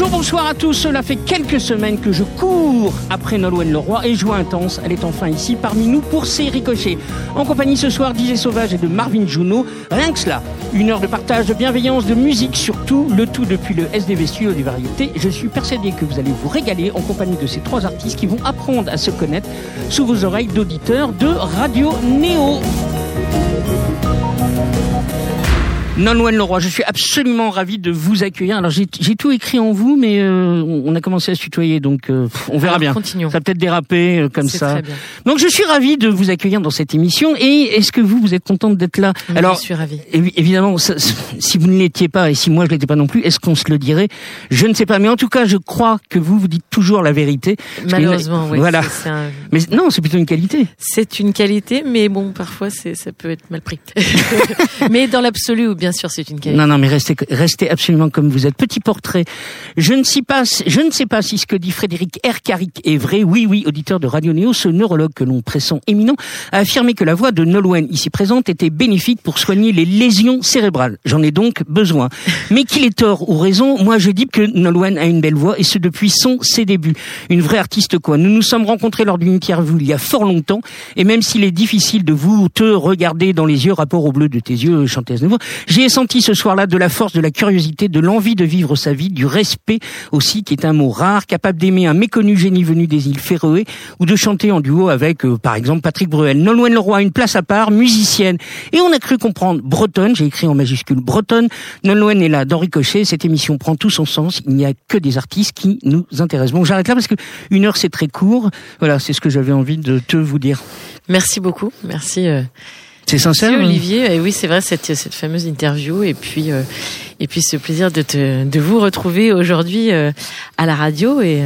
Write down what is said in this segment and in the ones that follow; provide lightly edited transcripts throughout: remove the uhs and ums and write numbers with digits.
Bonjour, bonsoir à tous. Cela fait quelques semaines que je cours après Nolwenn Leroy et joie intense. Elle est enfin ici parmi nous pour ses ricochets. En compagnie ce soir d'Isée Sauvage et de Marvin Juno. Rien que cela. 1 heure de partage, de bienveillance, de musique surtout. Le tout depuis le SDV Studio des Variétés. Je suis persuadé que vous allez vous régaler en compagnie de ces 3 artistes qui vont apprendre à se connaître sous vos oreilles d'auditeurs de Radio Néo. Nolwenn Leroy, je suis absolument ravi de vous accueillir. Alors j'ai tout écrit en vous, mais on a commencé à se tutoyer, donc on verra bien. Continuons. Ça va peut-être déraper comme c'est ça. Très bien. Donc je suis ravi de vous accueillir dans cette émission. Et est-ce que vous êtes contente d'être là? Alors, je suis ravie. Évidemment, si vous ne l'étiez pas et si moi je l'étais pas non plus, est-ce qu'on se le dirait? Je ne sais pas, mais en tout cas, je crois que vous dites toujours la vérité. Malheureusement, oui. Voilà. Mais non, c'est plutôt une qualité. C'est une qualité, mais bon, parfois ça peut être mal pris. Mais dans l'absolu, bien sûr, c'est une qualité. Non, mais restez absolument comme vous êtes. Petit portrait. Je ne sais pas si ce que dit Frédéric Ercaric est vrai. Oui, auditeur de Radio Néo, ce neurologue que l'on pressent éminent, a affirmé que la voix de Nolwenn, ici présente, était bénéfique pour soigner les lésions cérébrales. J'en ai donc besoin. Mais qu'il ait tort ou raison, moi je dis que Nolwenn a une belle voix, et ce depuis ses débuts. Une vraie artiste, quoi. Nous nous sommes rencontrés lors d'une interview il y a fort longtemps, et même s'il est difficile de te regarder dans les yeux, rapport au bleu de tes yeux, chanteuse de voix, j'ai senti ce soir-là de la force, de la curiosité, de l'envie de vivre sa vie, du respect aussi, qui est un mot rare, capable d'aimer un méconnu génie venu des îles Féroé, ou de chanter en duo avec, par exemple, Patrick Bruel. Nolwenn Leroy a une place à part, musicienne, et on a cru comprendre bretonne, j'ai écrit en majuscule bretonne. Nolwenn est là dans Ricochet, cette émission prend tout son sens, il n'y a que des artistes qui nous intéressent. Bon, j'arrête là parce que 1 heure c'est très court, voilà, c'est ce que j'avais envie de vous dire. Merci beaucoup, merci. C'est sincère, merci Olivier. Et oui, c'est vrai, cette fameuse interview et puis ce plaisir de vous retrouver aujourd'hui à la radio et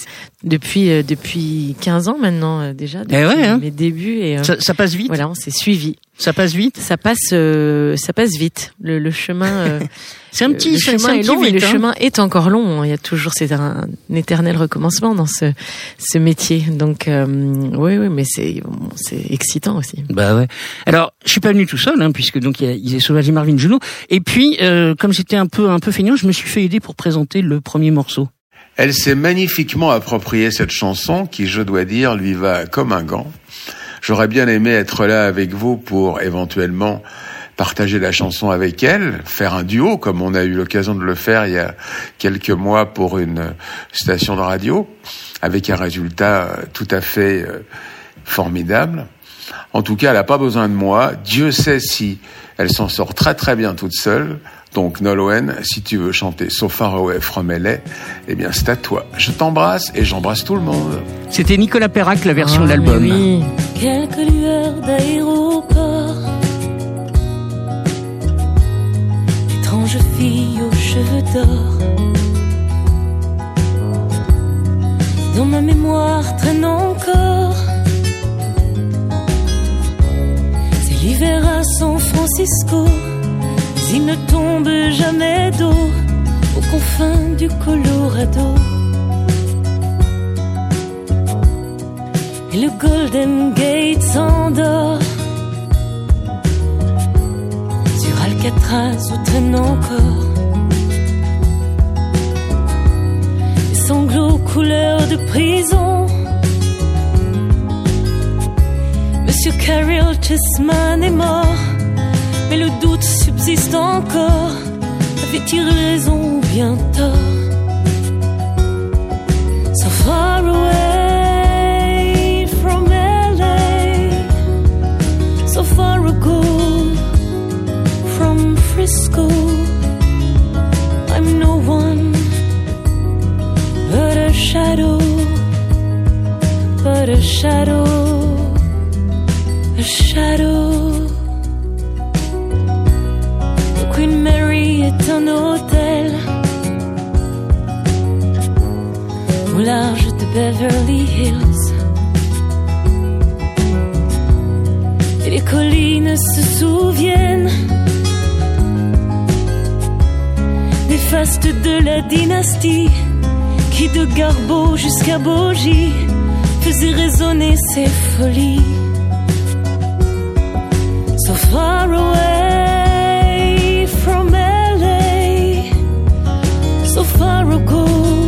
depuis 15 ans maintenant déjà depuis mes débuts et ça passe vite. Voilà, on s'est suivis. Ça passe vite. Ça passe vite. Le chemin c'est un petit chemin est long, mais le chemin est encore long. Il y a toujours un éternel recommencement dans ce métier. Donc oui, mais c'est excitant aussi. Bah ouais. Alors, je suis pas venu tout seul, puisque donc il y a Isée Sauvage et Marvin Juno. Et puis, comme j'étais un peu feignant, je me suis fait aider pour présenter le premier morceau. Elle s'est magnifiquement appropriée cette chanson, qui, je dois dire, lui va comme un gant. J'aurais bien aimé être là avec vous pour éventuellement partager la chanson avec elle, faire un duo comme on a eu l'occasion de le faire il y a quelques mois pour une station de radio, avec un résultat tout à fait formidable. En tout cas, elle n'a pas besoin de moi. Dieu sait si elle s'en sort très très bien toute seule. Donc Nolwenn, si tu veux chanter So Far Away From LA, eh bien c'est à toi. Je t'embrasse et j'embrasse tout le monde. C'était Nicolas Perrac, la version de l'album. Oui. Quelques lueurs d'aéroport, étrange fille aux cheveux d'or. Dans ma mémoire traîne encore. C'est l'hiver à San Francisco. Il ne tombe jamais d'eau aux confins du Colorado. Et le Golden Gate s'endort. Sur Alcatraz où traîne encore des sanglots couleur de prison. Monsieur Carol Chessman est mort, mais le doute subsiste encore. Avait-il raison ou bien tort? So far away from LA, so far ago from Frisco. I'm no one but a shadow, but a shadow, a shadow. Queen Mary est un hôtel au large de Beverly Hills. Et les collines se souviennent des fastes de la dynastie qui de Garbeau jusqu'à Bogie faisait résonner ses folies. So far away from LA, so far ago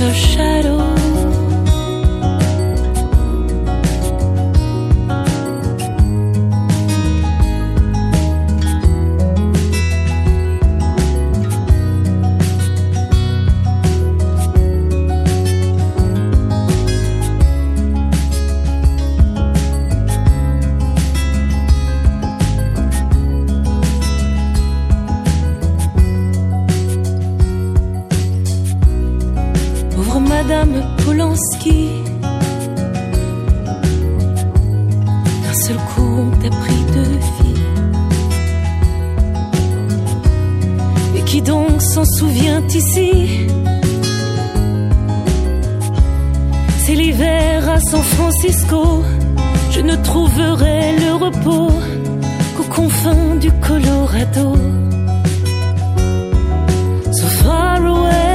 a shadow. Madame Polanski, d'un seul coup on t'a pris 2 filles. Et qui donc s'en souvient ici? C'est l'hiver à San Francisco, je ne trouverai le repos qu'aux confins du Colorado. So far away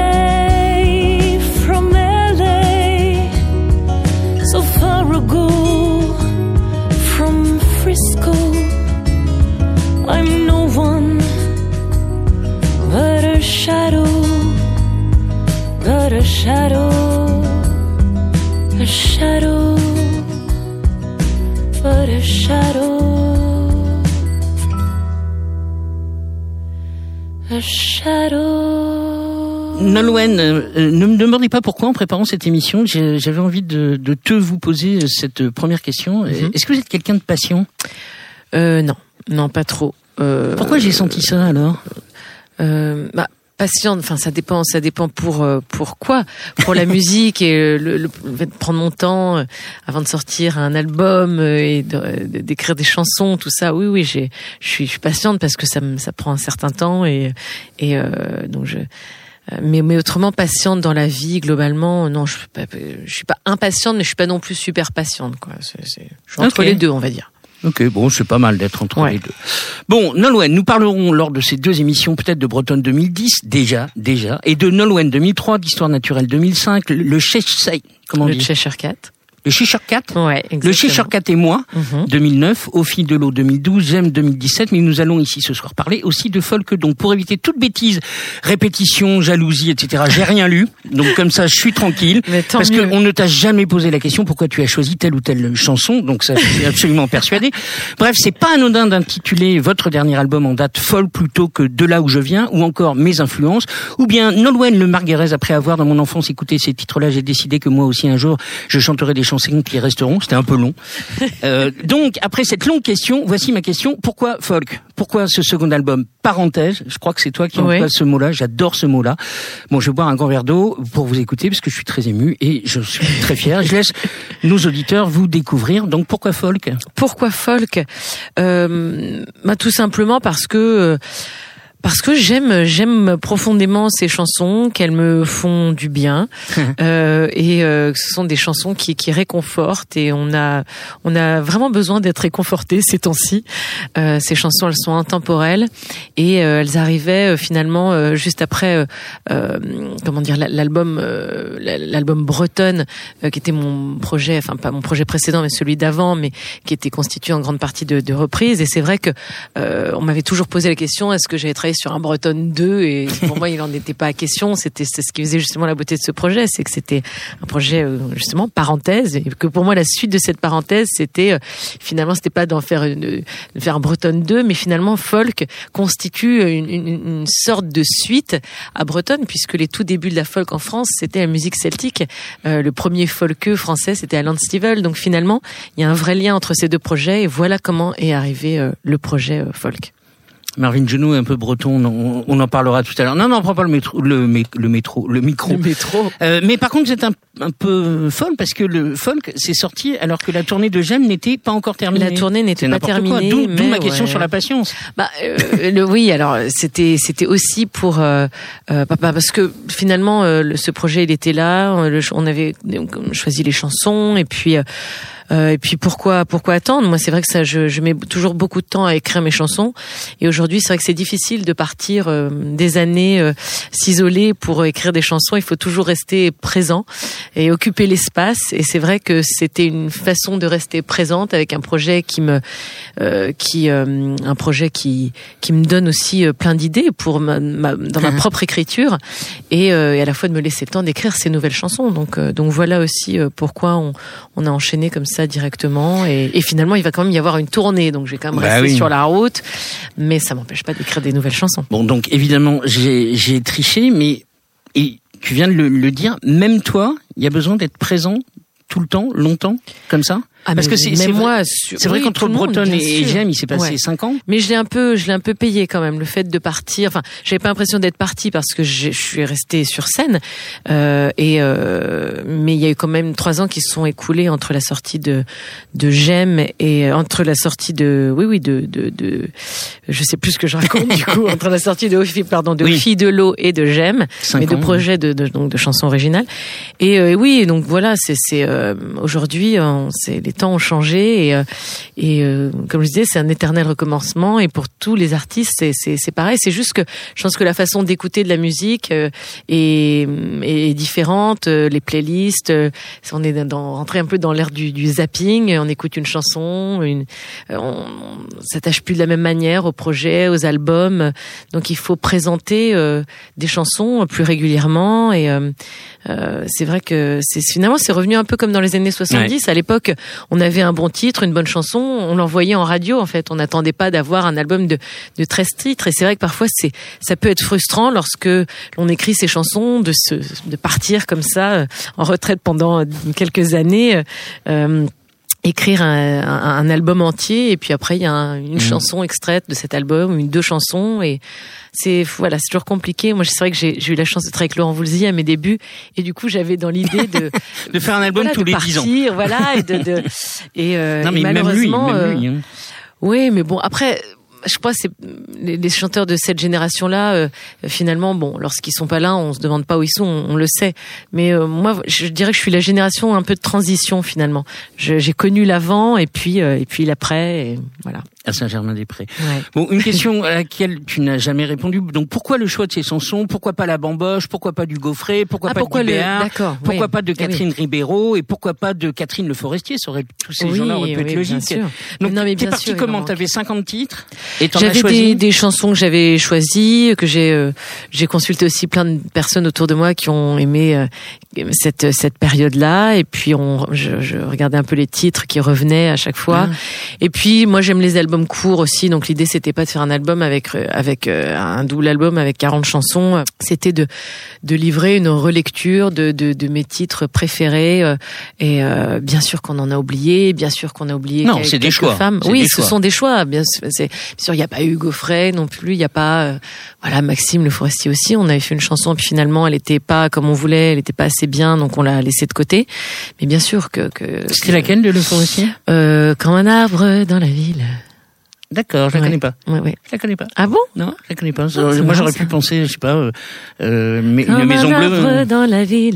ago from Frisco, I'm no one but a shadow, but a shadow, a shadow, but a shadow, a shadow. Nolwenn, ne me demandez pas pourquoi en préparant cette émission, j'avais envie de vous poser cette première question. Est-ce que vous êtes quelqu'un de patient ? Non, pas trop. Pourquoi j'ai senti ça alors ? Patiente, enfin ça dépend pour quoi ? Pour la musique et le fait de prendre mon temps avant de sortir un album et d'écrire des chansons, tout ça. Oui, je suis patiente parce que ça prend un certain temps et donc mais autrement patiente dans la vie globalement, non, je suis pas impatiente mais je suis pas non plus super patiente quoi. Je suis entre les deux, on va dire. Ok, bon, c'est pas mal d'être entre les deux. Bon, Nolwenn, nous parlerons lors de ces 2 émissions peut-être de Bretonne 2010, déjà, et de Nolwenn 2003, d'Histoire naturelle 2005, le Cheshire Cat. Le Cheshire Cat. Ouais, exactement. Le Cheshire Cat et moi, 2009, Au fil de l'eau 2012, J'aime 2017, mais nous allons ici ce soir parler aussi de folk. Donc, pour éviter toute bêtise, répétition, jalousie, etc., j'ai rien lu. Donc, comme ça, je suis tranquille. Parce qu'on ne t'a jamais posé la question pourquoi tu as choisi telle ou telle chanson. Donc, ça, je suis absolument persuadé. Bref, c'est pas anodin d'intituler votre dernier album en date folk plutôt que De là où je viens, ou encore Mes influences, ou bien Nolwenn Le Marguerez, après avoir dans mon enfance écouté ces titres-là, j'ai décidé que moi aussi un jour, je chanterai des chansons qui resteront. C'était un peu long. Donc, après cette longue question, voici ma question. Pourquoi folk ? Pourquoi ce second album ? Parenthèse, je crois que c'est toi qui emploies ce mot-là. J'adore ce mot-là. Bon, je vais boire un grand verre d'eau pour vous écouter parce que je suis très ému et je suis très fier. Je laisse nos auditeurs vous découvrir. Donc, pourquoi folk ? Pourquoi folk ? Tout simplement parce que j'aime profondément ces chansons, qu'elles me font du bien, et ce sont des chansons qui réconfortent, et on a vraiment besoin d'être réconfortés ces temps-ci. Ces chansons, elles sont intemporelles, et elles arrivaient finalement juste après l'album Bretonne, qui était mon projet, enfin pas mon projet précédent mais celui d'avant, mais qui était constitué en grande partie de reprises. Et c'est vrai que on m'avait toujours posé la question, est-ce que j'avais travaillé sur un Bretonne 2, et pour moi il n'en était pas question. C'est ce qui faisait justement la beauté de ce projet, c'est que c'était un projet justement parenthèse, et que pour moi la suite de cette parenthèse c'était finalement c'était pas de faire un Bretonne 2, mais finalement folk constitue une sorte de suite à Bretonne, puisque les tout débuts de la folk en France c'était la musique celtique. Le premier folkeux français c'était Alan Stivell, donc finalement il y a un vrai lien entre ces deux projets, et voilà comment est arrivé le projet folk. Marvin Genoux est un peu breton, on en parlera tout à l'heure. Non, on prend pas le micro. Mais par contre, vous êtes un peu folle, parce que le folk s'est sorti alors que la tournée de J'aime n'était pas encore terminée. La tournée n'était pas terminée. D'où ma question sur la patience. Oui, alors c'était aussi pour parce que finalement ce projet il était là, on avait choisi les chansons, et puis Et puis pourquoi attendre? Moi, c'est vrai que ça, je mets toujours beaucoup de temps à écrire mes chansons. Et aujourd'hui, c'est vrai que c'est difficile de partir des années s'isoler pour écrire des chansons. Il faut toujours rester présent et occuper l'espace. Et c'est vrai que c'était une façon de rester présente avec un projet qui me donne aussi plein d'idées pour dans ma propre écriture et à la fois de me laisser le temps d'écrire ces nouvelles chansons. Donc voilà aussi pourquoi on a enchaîné comme ça directement et finalement il va quand même y avoir une tournée, donc je vais quand même rester sur la route, mais ça m'empêche pas d'écrire des nouvelles chansons. Bon, donc évidemment j'ai triché, mais et tu viens de le dire, même toi, il y a besoin d'être présent tout le temps, longtemps, comme ça? Parce que c'est vrai qu'entre Bretonne et Jem, il s'est passé 5 ans. Mais je l'ai un peu payé quand même, le fait de partir. Enfin, j'avais pas l'impression d'être partie parce que je suis restée sur scène. Mais il y a eu quand même 3 ans qui se sont écoulés entre la sortie de Jem et entre la sortie de je sais plus ce que je raconte du coup, entre la sortie de Filles de l'eau et de Jem, mais de projets de chansons originales. Et donc voilà, c'est aujourd'hui, les temps ont changé et comme je disais, c'est un éternel recommencement et pour tous les artistes c'est pareil. C'est juste que je pense que la façon d'écouter de la musique est différente. Les playlists, on est rentré un peu dans l'ère du zapping. On écoute une chanson, on s'attache plus de la même manière aux projets, aux albums. Donc il faut présenter des chansons plus régulièrement et c'est vrai que finalement c'est revenu un peu comme dans les années 70. À l'époque, on avait un bon titre, une bonne chanson, on l'envoyait en radio en fait. On n'attendait pas d'avoir un album de 13 titres. Et c'est vrai que parfois ça peut être frustrant lorsque l'on écrit ces chansons de partir comme ça en retraite pendant quelques années. Écrire un album entier et puis après il y a une chanson extraite de cet album, 2 chansons et c'est toujours compliqué. Moi c'est vrai que j'ai eu la chance de travailler avec Laurent Voulzy à mes débuts et du coup j'avais dans l'idée de faire un album tous les 10 ans. Voilà et non mais malheureusement même lui. Oui, mais bon après je crois que c'est les chanteurs de cette génération-là, finalement, bon, lorsqu'ils sont pas là, on se demande pas où ils sont, on le sait. Mais moi, je dirais que je suis la génération un peu de transition finalement. J'ai connu l'avant et puis l'après, et voilà. À Saint-Germain-des-Prés. Ouais. Bon, une question à laquelle tu n'as jamais répondu. Donc, pourquoi le choix de ces chansons? Pourquoi pas la Bamboche? Pourquoi pas du Gaufret? Pourquoi pas de Béard? Pourquoi pas de Catherine Ribeiro? Et pourquoi pas de Catherine Le Forestier? Ça aurait, tous ces gens-là auraient pu être logiques. Donc, t'es parti comment? T'avais 50 titres? Et t'en as choisi? J'avais des chansons que j'avais choisies, que j'ai consulté aussi plein de personnes autour de moi qui ont aimé cette période-là. Et puis, je regardais un peu les titres qui revenaient à chaque fois. Et puis, moi, j'aime les albums courts aussi, donc l'idée c'était pas de faire un album avec un double album avec 40 chansons, c'était de livrer une relecture de mes titres préférés et bien sûr qu'on en a oublié, bien sûr qu'on a oublié quelques femmes. Oui, ce sont des choix, bien sûr il y a pas eu Gaufret non plus, il y a pas Maxime Le Forestier aussi, on avait fait une chanson puis finalement elle était pas comme on voulait, elle était pas assez bien donc on l'a laissée de côté. Mais bien sûr que c'était laquelle de Le Forestier? Comme un arbre dans la ville. D'accord, je la connais pas. Ouais. Je la connais pas. Ah bon? Non, je la connais pas. Moi, j'aurais pu penser, je sais pas, une maison bleue. Dans la ville.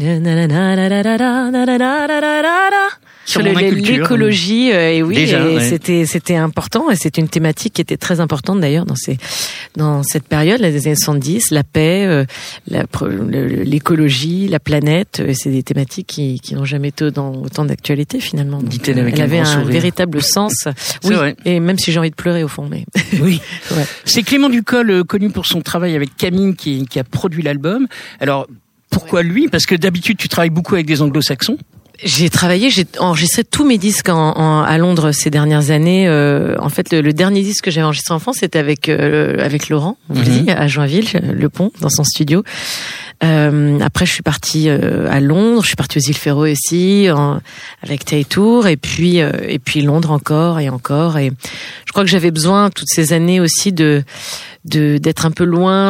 Sur l'écologie, et oui, déjà, et c'était important, et c'est une thématique qui était très importante d'ailleurs dans cette période, les années 70, la paix, l'écologie, la planète, c'est des thématiques qui n'ont jamais été autant d'actualité finalement. Dit-elle avec elle avait un sourire. véritable sens. Oui, vrai. Et même si j'ai envie de pleurer au fond, mais. Oui. Ouais. C'est Clément Ducol, connu pour son travail avec Camille, qui a produit l'album. Alors, pourquoi lui? Parce que d'habitude, tu travailles beaucoup avec des anglo-saxons. J'ai enregistré tous mes disques à Londres ces dernières années. En fait, le dernier disque que j'avais enregistré en France, c'était avec Laurent Voulzy, à Joinville, Le Pont, dans son studio. Après, je suis partie à Londres, je suis partie aux îles Féroé aussi, avec Taitour, et puis Londres encore et encore. Et je crois que j'avais besoin toutes ces années aussi d'être un peu loin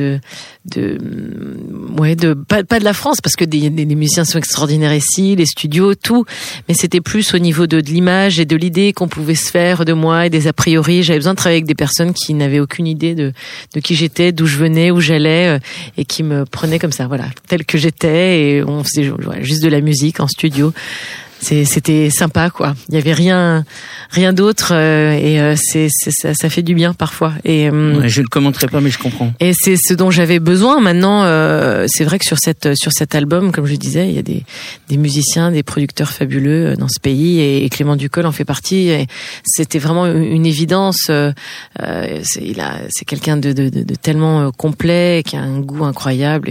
pas de la France, parce que des musiciens sont extraordinaires ici, les studios, tout, mais c'était plus au niveau de l'image et de l'idée qu'on pouvait se faire de moi et des a priori. J'avais besoin de travailler avec des personnes qui n'avaient aucune idée de qui j'étais, d'où je venais, où j'allais, et qui me prenaient comme ça, voilà, tel que j'étais, et on faisait juste de la musique en studio. c'était sympa, quoi. Il y avait rien d'autre, et ça fait du bien parfois. Et je ne commenterai pas, mais je comprends. Et c'est ce dont j'avais besoin. Maintenant, c'est vrai que sur cet album, comme je disais, il y a des musiciens, des producteurs fabuleux dans ce pays, et Clément Ducol en fait partie. Et c'était vraiment une évidence. C'est quelqu'un de tellement complet, qui a un goût incroyable,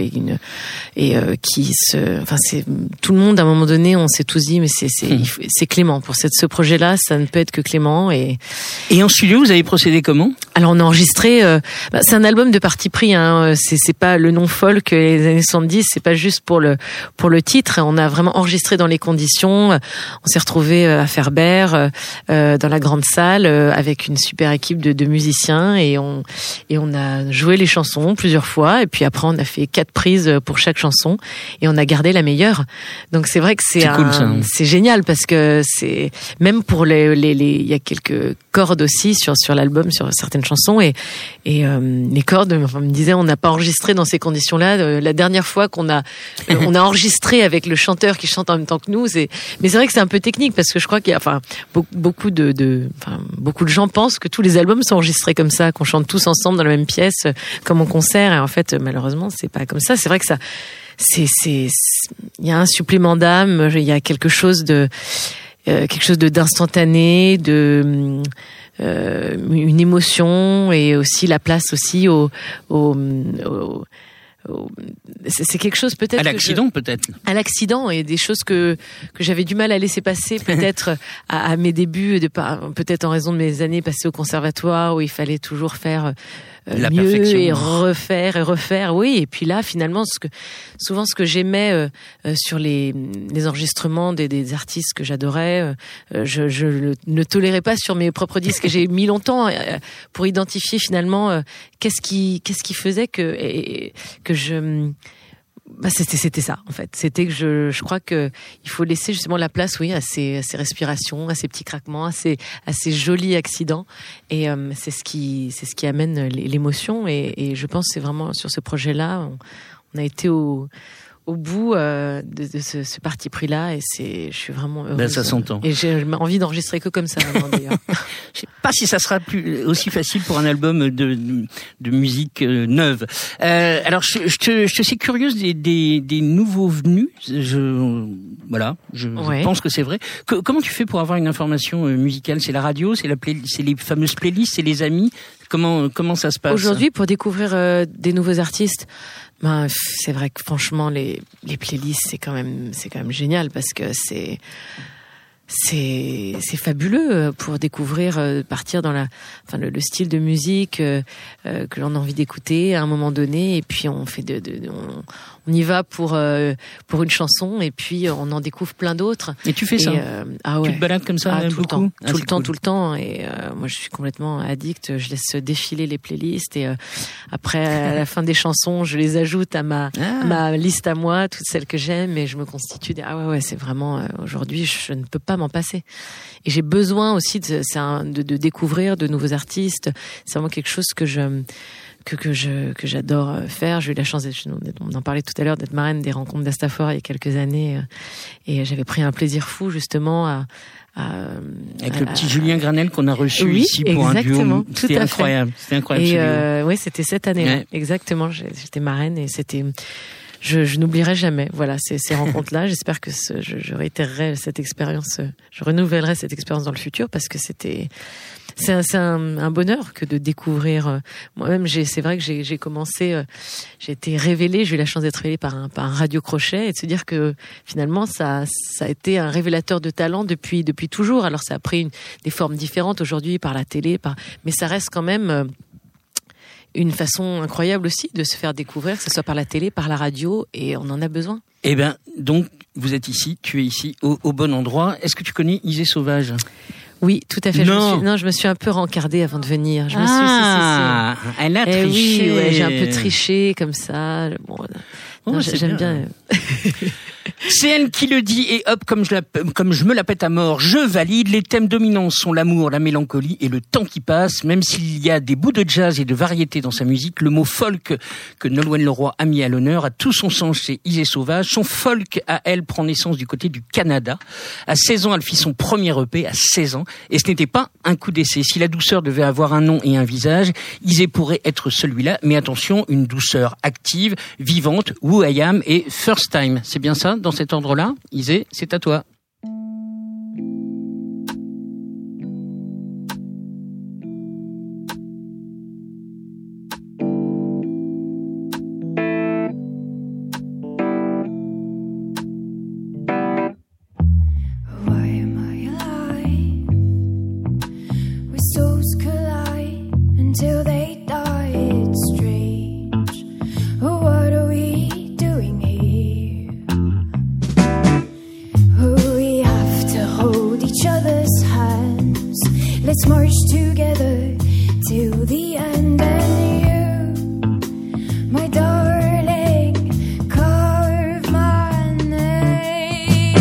c'est tout le monde à un moment donné, on s'est tous dit, mais c'est Clément pour ce projet-là, ça ne peut être que Clément. Et en studio, vous avez procédé comment? Alors on a enregistré, c'est un album de parti pris, hein. C'est pas le nom folk les années 70, c'est pas juste pour le titre. On a vraiment enregistré dans les conditions. On s'est retrouvé à Ferber, dans la grande salle, avec une super équipe de musiciens, et on a joué les chansons plusieurs fois, et puis après on a fait 4 prises pour chaque chanson, et on a gardé la meilleure. Donc c'est vrai que c'est cool, ça. C'est génial, parce que c'est même pour il y a quelques cordes aussi sur l'album, sur certaines chansons, et les cordes, on me disait, on n'a pas enregistré dans ces conditions-là. La dernière fois qu'on a on a enregistré avec le chanteur qui chante en même temps que nous, mais c'est vrai que c'est un peu technique, parce que je crois qu'il y a beaucoup de gens pensent que tous les albums sont enregistrés comme ça, qu'on chante tous ensemble dans la même pièce comme en concert, et en fait malheureusement c'est pas comme ça. C'est vrai que ça il y a un supplément d'âme, il y a quelque chose d'instantané, une émotion, et aussi la place aussi c'est quelque chose peut-être à l'accident, peut-être à l'accident, et des choses que j'avais du mal à laisser passer peut-être à mes débuts, peut-être en raison de mes années passées au conservatoire, où il fallait toujours faire mieux et refaire, oui. Et puis là, finalement, souvent ce que j'aimais sur les enregistrements des artistes que j'adorais, je ne tolérais pas sur mes propres disques. Et j'ai mis longtemps pour identifier finalement qu'est-ce qui faisait que c'était ça, en fait. C'était que je crois que il faut laisser justement la place, oui, à ces respirations, à ces petits craquements, à ces jolis accidents. Et c'est ce qui amène l'émotion. Et je pense que c'est vraiment sur ce projet-là, on a été au bout de ce parti pris-là, et je suis vraiment heureuse. Ben, ça s'entend. Et j'ai envie d'enregistrer que comme ça maintenant, d'ailleurs. Je sais pas si ça sera aussi facile pour un album de musique neuve. Alors, je te sais curieuse des nouveaux venus. Je pense que c'est vrai. Comment tu fais pour avoir une information musicale? C'est la radio, c'est les fameuses playlists, c'est les amis. Comment ça se passe? Aujourd'hui, pour découvrir des nouveaux artistes, c'est vrai que franchement les playlists c'est quand même génial, parce que c'est fabuleux pour découvrir, partir dans le style de musique que l'on a envie d'écouter à un moment donné, et puis on fait on y va pour une chanson, et puis on en découvre plein d'autres. Et tu fais ça? Tu te balades comme ça tout beaucoup? Tout le temps. Et moi, je suis complètement addict. Je laisse défiler les playlists, et après, à la fin des chansons, je les ajoute à ma liste à moi, toutes celles que j'aime, et je me constitue c'est vraiment aujourd'hui, je ne peux pas m'en passer. Et j'ai besoin aussi de découvrir de nouveaux artistes. C'est vraiment quelque chose que j'adore faire. J'ai eu la chance on en parlait tout à l'heure, d'être marraine des rencontres d'Astafor il y a quelques années, et j'avais pris un plaisir fou justement avec le petit Julien Granel qu'on a reçu ici pour un duo. C'était incroyable. C'était incroyable. Et c'était cette année-là. Ouais. Exactement. J'étais marraine, et c'était. Je n'oublierai jamais. Voilà, ces rencontres-là. J'espère que je réitérerai cette expérience. Je renouvellerai cette expérience dans le futur, parce que c'est un bonheur que de découvrir. Moi-même, c'est vrai que j'ai commencé, j'ai été révélée, j'ai eu la chance d'être révélée par un radio-crochet, et de se dire que finalement ça a été un révélateur de talent depuis toujours. Alors ça a pris des formes différentes aujourd'hui, par la télé, mais ça reste quand même une façon incroyable aussi de se faire découvrir, que ce soit par la télé, par la radio, et on en a besoin. Eh ben, donc vous êtes ici, tu es ici au bon endroit. Est-ce que tu connais Isée Sauvage? Oui, tout à fait. Je me suis un peu rencardée avant de venir. Elle a triché. Oui, j'ai un peu triché comme ça. Bon, j'aime bien. C'est elle qui le dit et hop, comme je me la pète à mort, je valide. Les thèmes dominants sont l'amour, la mélancolie et le temps qui passe. Même s'il y a des bouts de jazz et de variété dans sa musique, le mot folk que Nolwenn Leroy a mis à l'honneur a tout son sens chez Isée Sauvage. Son folk à elle prend naissance du côté du Canada. À 16 ans, elle fit son premier EP à 16 ans et ce n'était pas un coup d'essai. Si la douceur devait avoir un nom et un visage, Isée pourrait être celui-là, mais attention, une douceur active, vivante, Who I Am et First Time. C'est bien ça, dans cet ordre-là? Isée, c'est à toi. Until they die, it's strange. Oh, what are we doing here? Oh, we have to hold each other's hands. Let's march together till the end. And you, my darling, carve my name.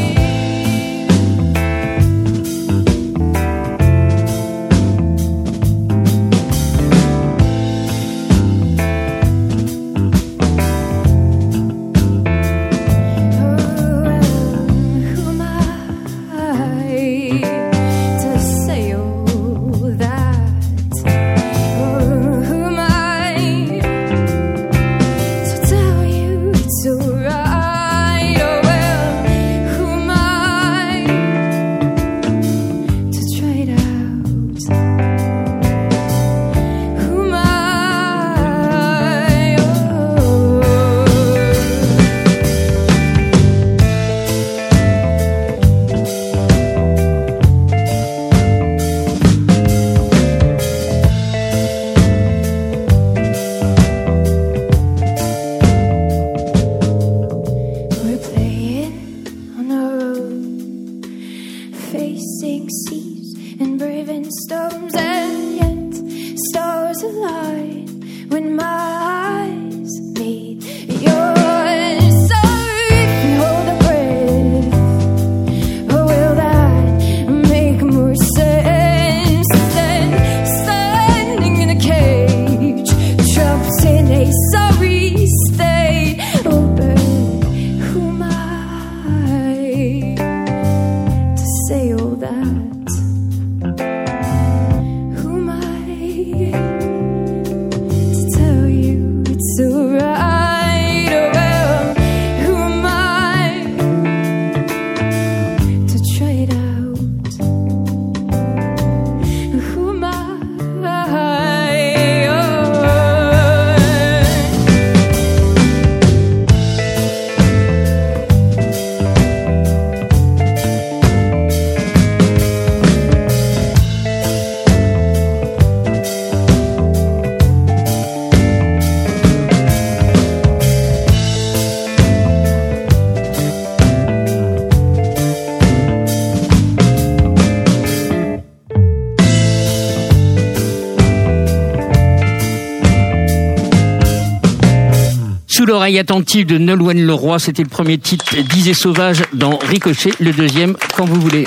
Sous l'oreille attentive de Nolwenn Leroy, c'était le premier titre d'Isée Sauvage dans Ricochet, le deuxième quand vous voulez.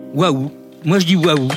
Waouh. Moi, je dis waouh.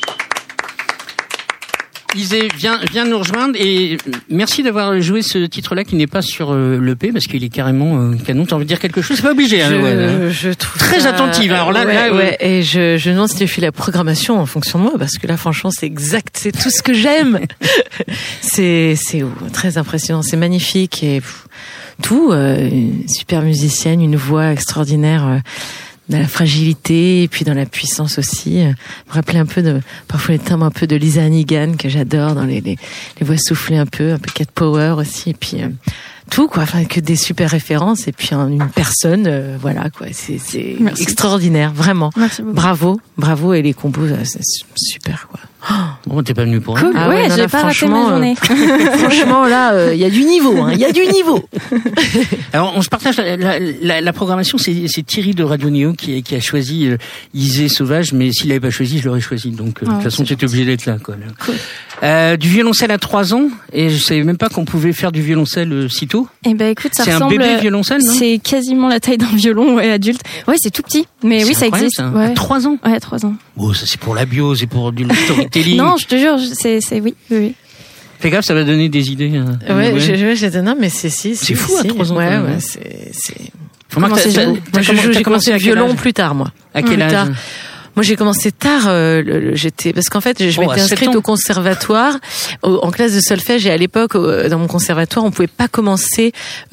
Isée, viens nous rejoindre et merci d'avoir joué ce titre-là qui n'est pas sur l'EP parce qu'il est carrément canon. T'as envie de dire quelque chose? C'est pas obligé. Je trouve très ça... attentive. Alors là, ouais. Et je demande si tu fais la programmation en fonction de moi parce que là, franchement, c'est exact, c'est tout ce que j'aime. c'est très impressionnant, c'est magnifique et tout. Une super musicienne, une voix extraordinaire. Dans la fragilité et puis dans la puissance aussi. Me rappeler un peu parfois les timbres un peu de Lisa Hannigan que j'adore dans les voix soufflées un peu Cat Power aussi et puis tout quoi, enfin que des super références et puis une personne voilà quoi, c'est extraordinaire vraiment. Merci beaucoup. Bravo et les compos c'est super quoi. Bon, t'es pas venu pour cool. rien. Ouais, j'ai pas raté ma journée. Franchement, là, il y a du niveau, hein. Il y a du niveau. Alors, on se partage la programmation. C'est Thierry de Radio Néo qui a choisi Isée Sauvage, mais s'il l'avait pas choisi, je l'aurais choisi. Donc, de toute façon, t'étais obligé d'être là, quoi. Cool. Du violoncelle à 3 ans, et je savais même pas qu'on pouvait faire du violoncelle si tôt. Eh ben, écoute, ça ressemble. C'est un bébé violoncelle, non? C'est quasiment la taille d'un violon, adulte. Ouais, c'est tout petit. Mais oui, ça existe. Ça. Ouais. À 3 ans? Ouais, 3 ans. Bon, ça, c'est pour la bio, c'est pour du storytelling. Non, je te jure, c'est oui. Fais gaffe, ça va donner des idées. Ouais, j'ai non, mais c'est fou à 3 ans. Ouais, c'est. J'ai commencé le violon plus tard, moi. À quel âge? Moi, j'ai commencé tard. Parce qu'en fait, je m'étais inscrite au conservatoire, en classe de solfège. Et à l'époque, dans mon conservatoire, on pouvait pas commencer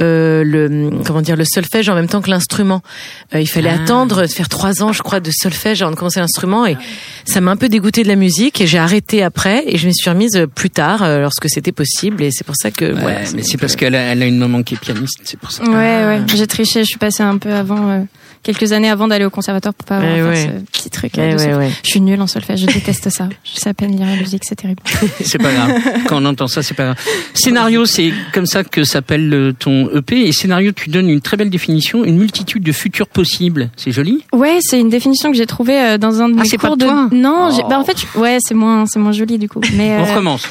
le solfège en même temps que l'instrument. Il fallait attendre de faire 3 ans, je crois, de solfège avant de commencer l'instrument. Et ça m'a un peu dégoûtée de la musique. Et j'ai arrêté après. Et je me suis remise plus tard, lorsque c'était possible. Et c'est pour ça que. Ouais, mais c'est parce qu'elle a une maman qui est pianiste. C'est pour ça. Ouais. J'ai triché. Je suis passée un peu avant. Quelques années avant d'aller au conservatoire pour pas avoir fait ce petit truc. Je suis nulle en solfège, je déteste ça. Je sais à peine lire la musique, c'est terrible. C'est pas grave. Quand on entend ça, c'est pas grave. Scénario, c'est comme ça que s'appelle ton EP. Et scénario, tu donnes une très belle définition, une multitude de futurs possibles. C'est joli? Ouais, c'est une définition que j'ai trouvée dans un de mes cours de... Non, en fait, c'est moins joli du coup. Mais on recommence.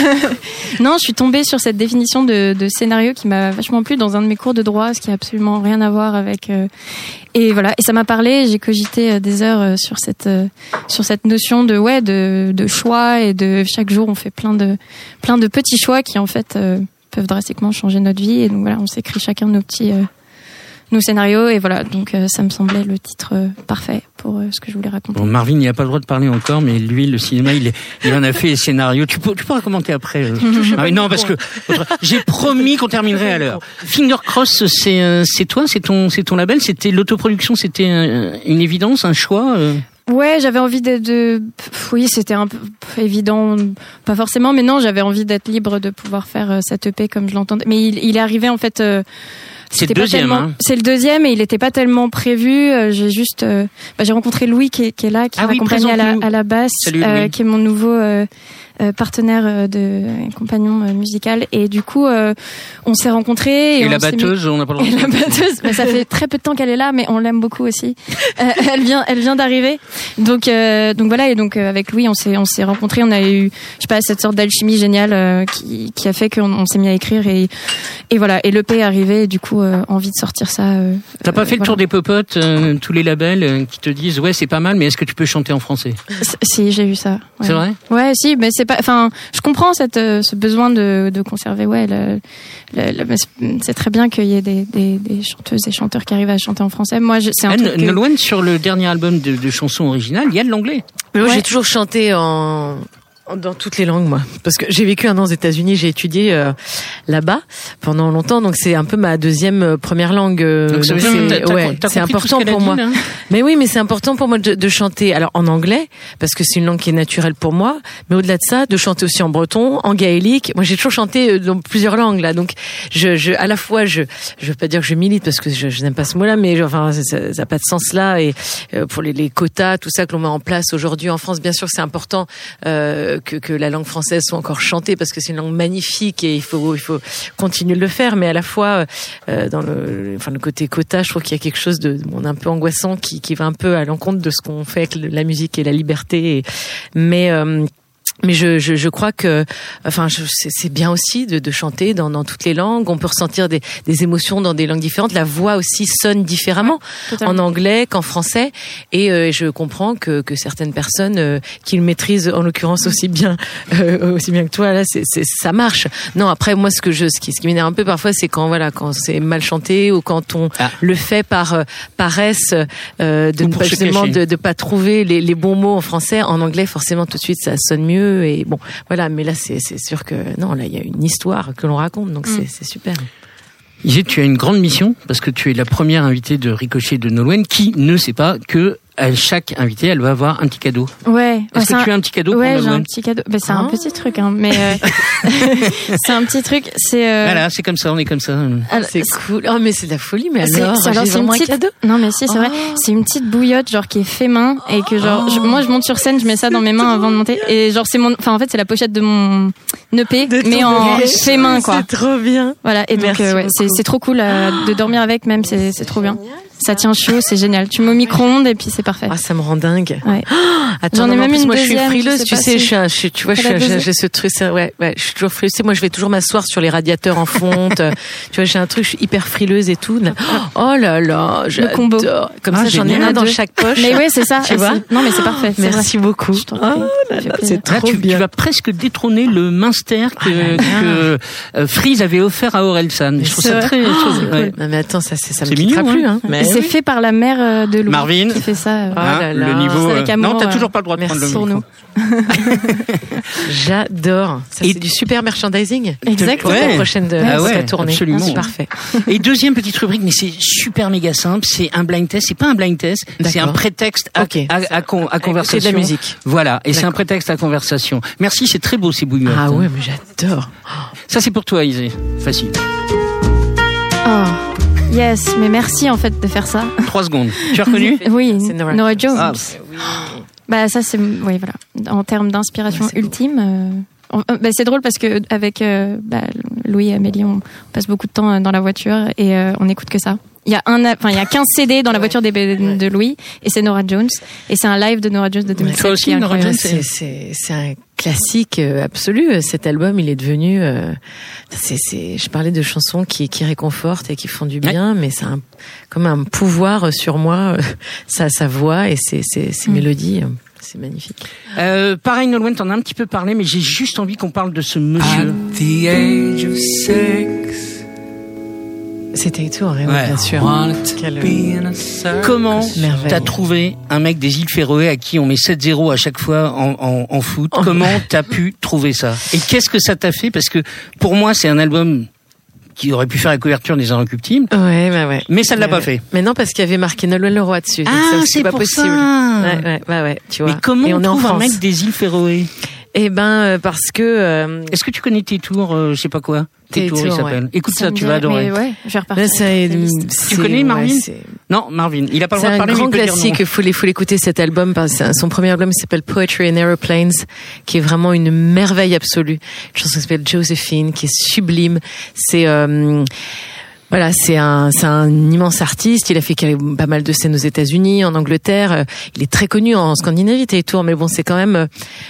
Non, je suis tombée sur cette définition de scénario qui m'a vachement plu dans un de mes cours de droit, ce qui a absolument rien à voir avec... Et voilà, et ça m'a parlé. J'ai cogité des heures sur cette notion de choix et de chaque jour on fait plein de petits choix qui en fait peuvent drastiquement changer notre vie. Et donc voilà, on s'écrit chacun nos scénarios et voilà. Donc ça me semblait le titre parfait pour ce que je voulais raconter. Bon, Marvin, il n'y a pas le droit de parler encore, mais lui, le cinéma, il en a fait les scénarios. Tu pourras commenter après. Non, parce que j'ai promis qu'on terminerait à l'heure. Finger Cross, c'est toi, c'est ton label. C'était l'autoproduction, c'était une évidence, un choix. Ouais, j'avais envie oui, c'était un peu évident, pas forcément, mais non, j'avais envie d'être libre de pouvoir faire cette EP comme je l'entendais. Mais il est arrivé en fait. C'est le deuxième, C'est le deuxième et il n'était pas tellement prévu. J'ai rencontré Louis qui est là, qui m'accompagne à la basse, qui est mon nouveau partenaire de compagnon musical. Et du coup, on s'est rencontrés. Et la batteuse, on n'a pas le droit. Et la batteuse, ça fait très peu de temps qu'elle est là, mais on l'aime beaucoup aussi. Elle vient d'arriver. Donc voilà. Et donc avec Louis, on s'est rencontrés. On a eu, cette sorte d'alchimie géniale qui a fait qu'on s'est mis à écrire et voilà. Et l'EP est arrivé. Et du coup, envie de sortir ça. T'as pas fait le tour des popotes, tous les labels qui te disent ouais c'est pas mal, mais est-ce que tu peux chanter en français? Si, j'ai eu ça. Ouais. C'est vrai? Ouais, si, mais c'est pas. Enfin, je comprends ce besoin de conserver. Ouais, c'est très bien qu'il y ait des chanteuses et chanteurs qui arrivent à chanter en français. Moi, c'est un truc. Nolwenn, sur le dernier album de chansons originales, il y a de l'anglais. Mais moi, j'ai toujours chanté dans toutes les langues, moi, parce que j'ai vécu 1 an aux États-Unis, j'ai étudié là-bas pendant longtemps, donc c'est un peu ma deuxième première langue. Donc c'est important pour moi. Hein. Mais oui, mais c'est important pour moi de chanter. Alors en anglais, parce que c'est une langue qui est naturelle pour moi, mais au-delà de ça, de chanter aussi en breton, en gaélique. Moi, j'ai toujours chanté dans plusieurs langues là, donc à la fois, je veux pas dire que je milite parce que je n'aime pas ce mot-là, mais enfin ça n'a pas de sens là. Et pour les quotas, tout ça que l'on met en place aujourd'hui en France, bien sûr, c'est important. Que la langue française soit encore chantée parce que c'est une langue magnifique et il faut continuer de le faire, mais à la fois dans le côté quota, je trouve qu'il y a quelque chose d'un peu angoissant qui va un peu à l'encontre de ce qu'on fait avec la musique et la liberté. Mais Mais je crois que, enfin, c'est bien aussi de chanter dans toutes les langues. On peut ressentir des émotions dans des langues différentes. La voix aussi sonne différemment en anglais qu'en français. Et je comprends que certaines personnes qui le maîtrisent, en l'occurrence aussi bien que toi, là, ça marche. Non, après moi, ce qui m'énerve un peu parfois, c'est quand c'est mal chanté ou quand on le fait par paresse de pas trouver les bons mots en français. En anglais, forcément, tout de suite, ça sonne mieux. Et bon, voilà, mais là c'est sûr que non, là il y a une histoire que l'on raconte, donc c'est super. Isée, tu as une grande mission parce que tu es la première invitée de Ricochet de Nolwenn qui ne sait pas que à chaque invité, elle va avoir un petit cadeau. Ouais. Est-ce que tu as un petit cadeau pour Nolwenn ? Ouais, j'ai un Nolwenn ? petit cadeau. Ben, c'est un petit truc, hein, mais c'est un petit truc. C'est. Voilà, c'est comme ça, on est comme ça. Alors, c'est cool. Oh, mais c'est de la folie, mais alors c'est vraiment un cadeau. Non, mais si, c'est vrai. C'est une petite bouillotte, genre qui est fait main et que genre, moi je monte sur scène, je mets ça dans mes mains avant de monter et genre en fait c'est la pochette de mon EP, mais en fait main quoi. C'est trop bien. Voilà, et donc c'est trop cool de dormir avec, même c'est trop bien. Ça tient chaud, c'est génial. Tu mets au micro-ondes et puis c'est parfait. Ah, ça me rend dingue. Ouais. Attends, j'en ai même une moi, deuxième. Je suis frileuse, tu sais, tu vois, j'ai ce truc, je suis toujours frileuse. Tu sais, moi, je vais toujours m'asseoir sur les radiateurs en fonte. Tu vois, j'ai un truc, je suis hyper frileuse et tout. Oh là là, le combo. Comme ça, j'en ai un dans chaque poche. Mais ouais, c'est ça. Tu vois? Non, mais c'est parfait. Merci beaucoup. Oh là là, c'est trop bien. Tu vas presque détrôner le Minster que Freeze avait offert à Orelsan. Je trouve ça très cool. Non, mais attends, ça me quittera plus, hein. C'est fait par la mère de Louis. Marvin. Qui fait ça. Le niveau. Non, t'as toujours pas le droit de prendre le micro. Nous. J'adore. Ça, c'est du super merchandising. Exactement. La prochaine de la tournée. Absolument. C'est parfait. Et deuxième petite rubrique, mais c'est super méga simple. C'est un blind test. C'est pas un blind test. C'est un prétexte à conversation. C'est de la musique. Voilà. Et c'est un prétexte à conversation. Merci. C'est très beau ces bouillottes. Ah ouais, mais j'adore. Ça, c'est pour toi, Isée. Facile. Oh. Yes, mais merci en fait de faire ça. 3 secondes. Tu as reconnu? Oui, c'est Norah Jones. Ah. Bah ça c'est voilà. En termes d'inspiration ultime, c'est drôle parce que avec Louis et Amélie, on passe beaucoup de temps dans la voiture et on écoute que ça. Il y a 15 CD dans la voiture de Louis et c'est Norah Jones et c'est un live de Norah Jones de 2007. Toi aussi, Norah Jones, c'est un classique absolu. Cet album, il est devenu. Je parlais de chansons qui réconfortent et qui font du bien, mais c'est comme un pouvoir sur moi. Sa voix et ses mélodies. C'est magnifique. Pareil, Nolwenn, t'en as un petit peu parlé, mais j'ai juste envie qu'on parle de ce monsieur. At the age of 6. C'était Taitour, bien sûr. Comment t'as trouvé un mec des îles Féroé à qui on met 7-0 à chaque fois en foot? Comment t'as pu trouver ça? Et qu'est-ce que ça t'a fait? Parce que pour moi, c'est un album qui aurait pu faire la couverture des Inrecuptibles. Ouais. Mais ça ne l'a pas fait. Mais non, parce qu'il y avait marqué Nolwenn Leroy dessus. C'est pas possible. Ouais, tu vois. Mais comment on trouve un mec des îles Féroé? Eh ben, parce que... Est-ce que tu connais Taitour, je sais pas quoi? Taitour, il s'appelle. Écoute ça, tu vas adorer. Mais ouais, je vais repartir. Tu connais Marvin? Non, Marvin. Il a pas le droit de parler, mais il peut dire non. C'est un grand classique, il faut l'écouter cet album. Son premier album, il s'appelle Poetry in Aeroplanes, qui est vraiment une merveille absolue. Une chanson qui s'appelle Josephine, qui est sublime. Voilà, c'est un immense artiste. Il a fait pas mal de scènes aux États-Unis, en Angleterre. Il est très connu en Scandinavie, Taitour, mais bon, c'est quand même,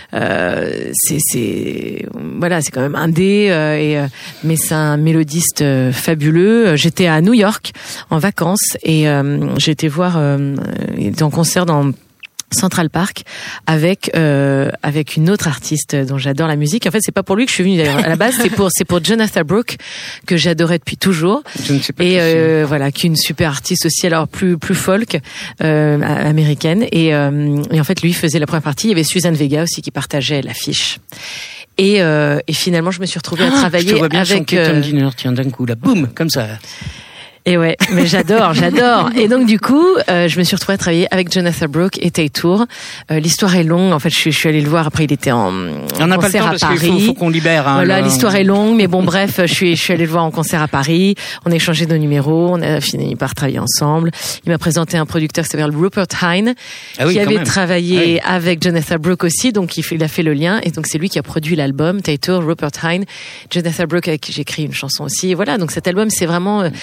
c'est quand même indé, mais c'est un mélodiste fabuleux. J'étais à New York en vacances et j'ai été voir, il était en concert dans Central Park avec une autre artiste dont j'adore la musique. En fait, c'est pas pour lui que je suis venue d'ailleurs. À la base, c'est pour Jonathan Brooke que j'adorais depuis toujours. Je ne sais pas. Et voilà, qui est une super artiste aussi, alors plus folk américaine. Et en fait, lui faisait la première partie. Il y avait Suzanne Vega aussi qui partageait l'affiche. Et finalement, je me suis retrouvée à travailler je te vois bien avec chanter Tom Diner, tiens, d'un coup là, boum, comme ça. Et ouais, mais j'adore. Et donc du coup, je me suis retrouvée à travailler avec Jonathan Brooke et Taitour. L'histoire est longue. En fait, je suis allée le voir. Après, il était en concert à Paris. Il faut qu'on libère. Voilà, l'histoire est longue, mais bon, bref, je suis allée le voir en concert à Paris. On a échangé nos numéros. On a fini par travailler ensemble. Il m'a présenté un producteur qui s'appelle Rupert Hine, qui avait travaillé avec Jonathan Brooke aussi. Donc, il a fait le lien. Et donc, c'est lui qui a produit l'album. Taitour, Rupert Hine, Jonathan Brooke, avec qui j'ai écrit une chanson aussi. Et voilà. Donc, cet album, c'est vraiment, c'était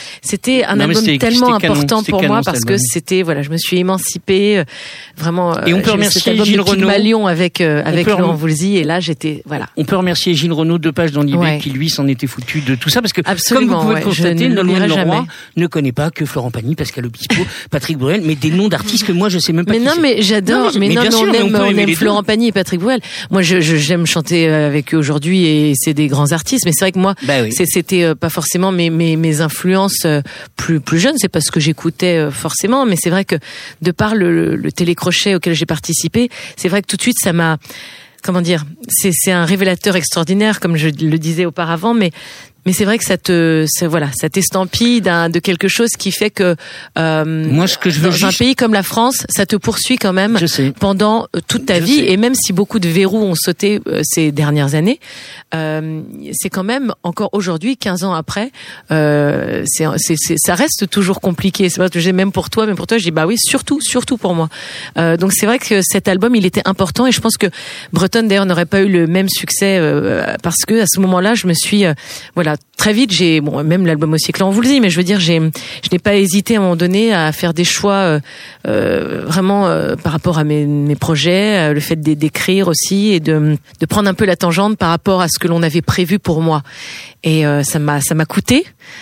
c'était un album tellement important pour moi parce que c'était, voilà, je me suis émancipée, vraiment. Et on peut remercier Gilles Renaud. Lyon avec Laurent Voulzy, et là, j'étais, voilà. On peut remercier Gilles Renaud, 2 pages dans l'IB, qui lui s'en était foutu de tout ça, parce que, absolument, comme vous pouvez le constater, Nolwenn Leroy ne connaît pas que Florent Pagny, Pascal Obispo, Patrick Bruel, mais des noms d'artistes que moi je sais même pas. Mais non, mais j'adore. Mais non, on aime Florent Pagny et Patrick Bruel. Moi, j'aime chanter avec eux aujourd'hui, et c'est des grands artistes. Mais c'est vrai que moi, c'était pas forcément mes influences plus jeunes. C'est pas ce que j'écoutais forcément, mais c'est vrai que de par le télécrochet auquel j'ai participé, c'est vrai que tout de suite ça m'a, comment dire, c'est un révélateur extraordinaire, comme je le disais auparavant, mais c'est vrai que ça t'estampille de quelque chose qui fait que moi, ce que je veux dans un pays comme la France, ça te poursuit quand même pendant toute ta vie. Et même si beaucoup de verrous ont sauté ces dernières années, c'est quand même encore aujourd'hui, 15 ans après, ça reste toujours compliqué. C'est vrai que j'ai même pour toi, je dis bah oui, surtout pour moi. Donc c'est vrai que cet album, il était important, et je pense que Bretonne d'ailleurs n'aurait pas eu le même succès parce que à ce moment-là, je me suis très vite, même l'album aussi que là on vous le dit, mais je veux dire, je n'ai pas hésité à un moment donné à faire des choix vraiment par rapport à mes projets, le fait d'écrire aussi, et de prendre un peu la tangente par rapport à ce que l'on avait prévu pour moi. Et ça a coûté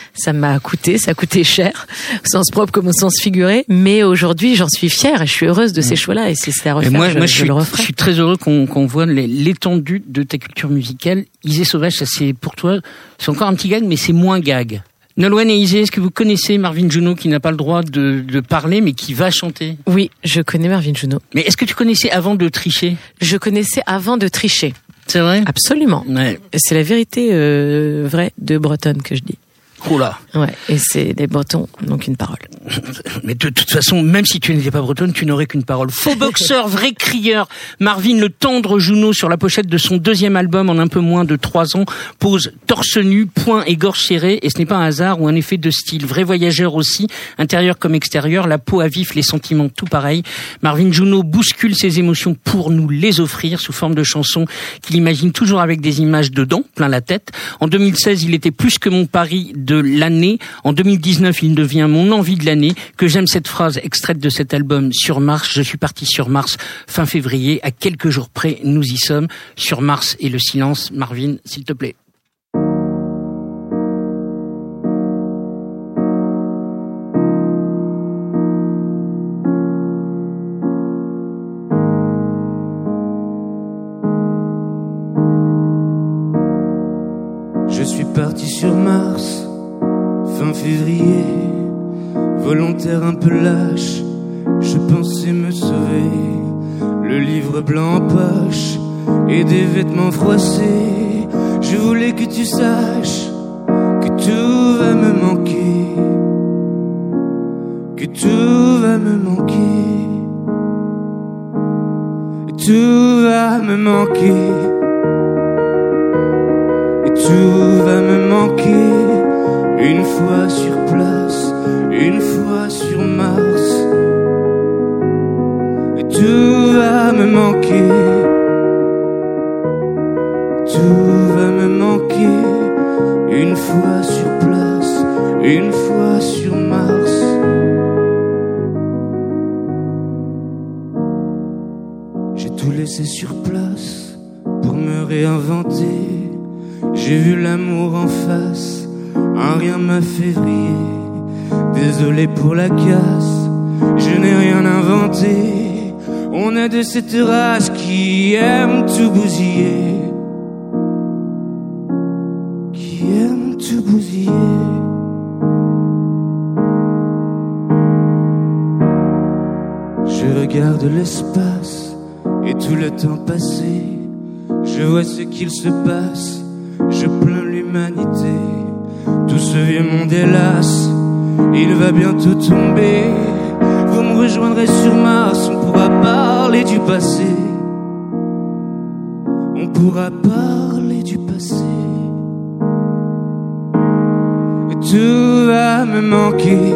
cher, au sens propre comme au sens figuré, mais aujourd'hui j'en suis fière et je suis heureuse de ces choix-là, et c'est ça à refaire. Moi, je suis très heureux qu'on voit l'étendue de ta culture musicale. Isée Sauvage, ça c'est pour toi, c'est encore un petit gag, mais c'est moins gag. Nolwenn et Isée, est-ce que vous connaissez Marvin Juno, qui n'a pas le droit de parler, mais qui va chanter? Oui, je connais Marvin Juno. Mais est-ce que tu connaissais avant de tricher? Je connaissais avant de tricher. C'est vrai? Absolument. Ouais. C'est la vérité vraie de Bretonne que je dis. Oh là. Ouais, et c'est des Bretons, donc une parole. Mais de toute façon, même si tu n'étais pas bretonne, tu n'aurais qu'une parole. Faux boxeur, vrai crieur, Marvin le tendre Juno, sur la pochette de son 2e album en un peu moins de 3 ans, pose torse nu, poing et gorge serrée, et ce n'est pas un hasard ou un effet de style. Vrai voyageur aussi, intérieur comme extérieur, la peau à vif, les sentiments tout pareil. Marvin Juno bouscule ses émotions pour nous les offrir sous forme de chansons qu'il imagine toujours avec des images dedans, plein la tête. En 2016, il était plus que mon pari de l'année. En 2019, il devient mon envie de l'année. Que j'aime cette phrase extraite de cet album Sur Mars. Je suis parti sur Mars fin février. À quelques jours près, nous y sommes. Sur Mars et le silence. Marvin, s'il te plaît. Je suis parti sur Mars fin février, volontaire un peu lâche, je pensais me sauver, le livre blanc en poche et des vêtements froissés. Je voulais que tu saches que tout va me manquer, que tout va me manquer, tout va me manquer, et tout va me manquer. Une fois sur place, une fois sur Mars, et tout va me manquer, tout va me manquer. Une fois sur place, une fois sur Mars. J'ai tout laissé sur place pour me réinventer. J'ai vu l'amour en face, un rien m'a fait vriller. Désolé pour la casse, je n'ai rien inventé. On est de cette race qui aime tout bousiller, qui aime tout bousiller. Je regarde l'espace et tout le temps passé. Je vois ce qu'il se passe, je plains l'humanité. Tout ce vieux monde hélas, il va bientôt tomber. Vous me rejoindrez sur Mars, on pourra parler du passé. On pourra parler du passé. Et tout va me manquer,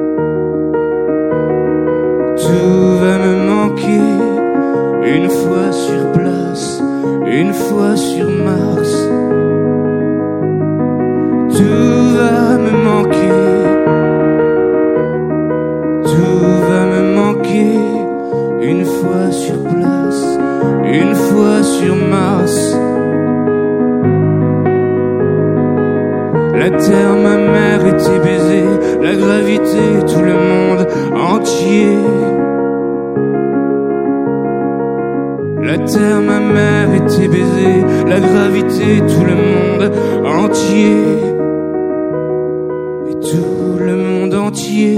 tout va me manquer. Une fois sur place, une fois sur Mars. Tout va me manquer, fois sur Mars. La terre, ma mère était baisée, la gravité, tout le monde entier. La terre, ma mère était baisée, la gravité, tout le monde entier. Et tout le monde entier.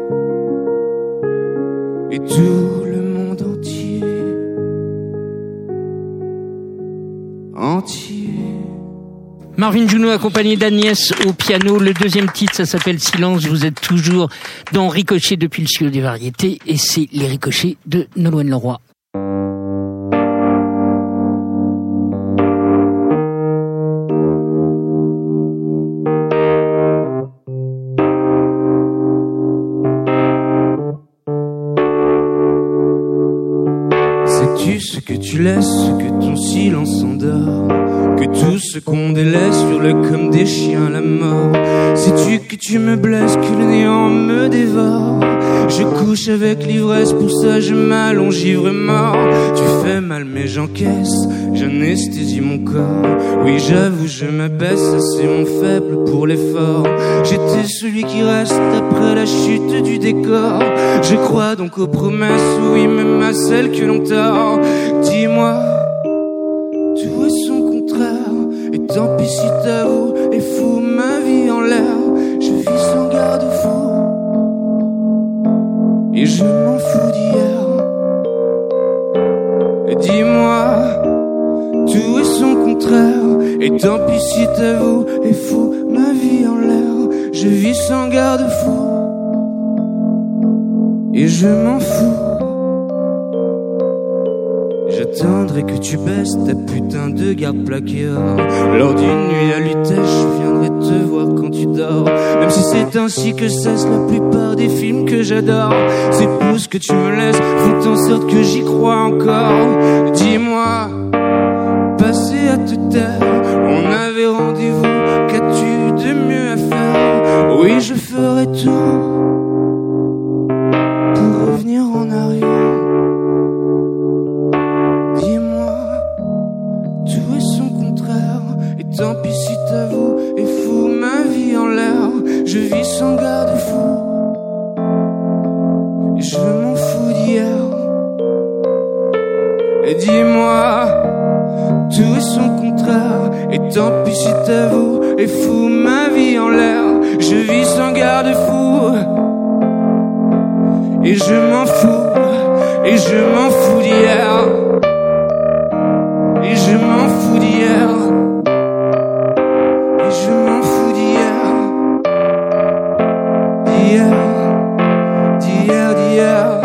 Et tout le monde entier. Entier. Marvin Juno accompagné d'Agnès au piano. Le deuxième titre, ça s'appelle Silence. Vous êtes toujours dans Ricochet depuis le studio des variétés et c'est les Ricochets de Nolwenn Leroy. Sais-tu ce que tu laisses, ce que ton silence endort, que tout ce qu'on délaisse hurle comme des chiens la mort. Sais-tu que tu me blesses, que le néant me dévore. Je couche avec l'ivresse, pour ça je m'allonge ivre mort. Tu fais mal mais j'encaisse, j'anesthésie mon corps. Oui j'avoue je m'abaisse, c'est mon faible pour l'effort. J'étais celui qui reste après la chute du décor. Je crois donc aux promesses, oui même à celles que l'on tord. Dis-moi, tout est son contraire. Et tant pis si t'avoues et fous ma vie en l'air. Je vis sans garde-fou et je m'en fous d'hier. Et dis-moi, tout est son contraire. Et tant pis si t'avoues et fous ma vie en l'air. Je vis sans garde-fou et je m'en fous. J'attendrai que tu baisses ta putain de garde plaquée or. Lors d'une nuit à l'utèche, je viendrai te voir quand tu dors. Même si c'est ainsi que cessent la plupart des films que j'adore. Ces pouces que tu me laisses font en sorte que j'y crois encore. Dis-moi, passer à te taire, on avait rendez-vous, qu'as-tu de mieux à faire? Oui, je ferai tout pour revenir en arrière. Tant pis si t'avoues et fous ma vie en l'air. Je vis sans garde-fou et je m'en fous d'hier. Et dis-moi, tout est son contraire. Et tant pis si t'avoues et fous ma vie en l'air. Je vis sans garde-fou et je m'en fous. Et je m'en fous d'hier. Et je m'en fous d'hier. Je m'en fous d'hier, d'hier.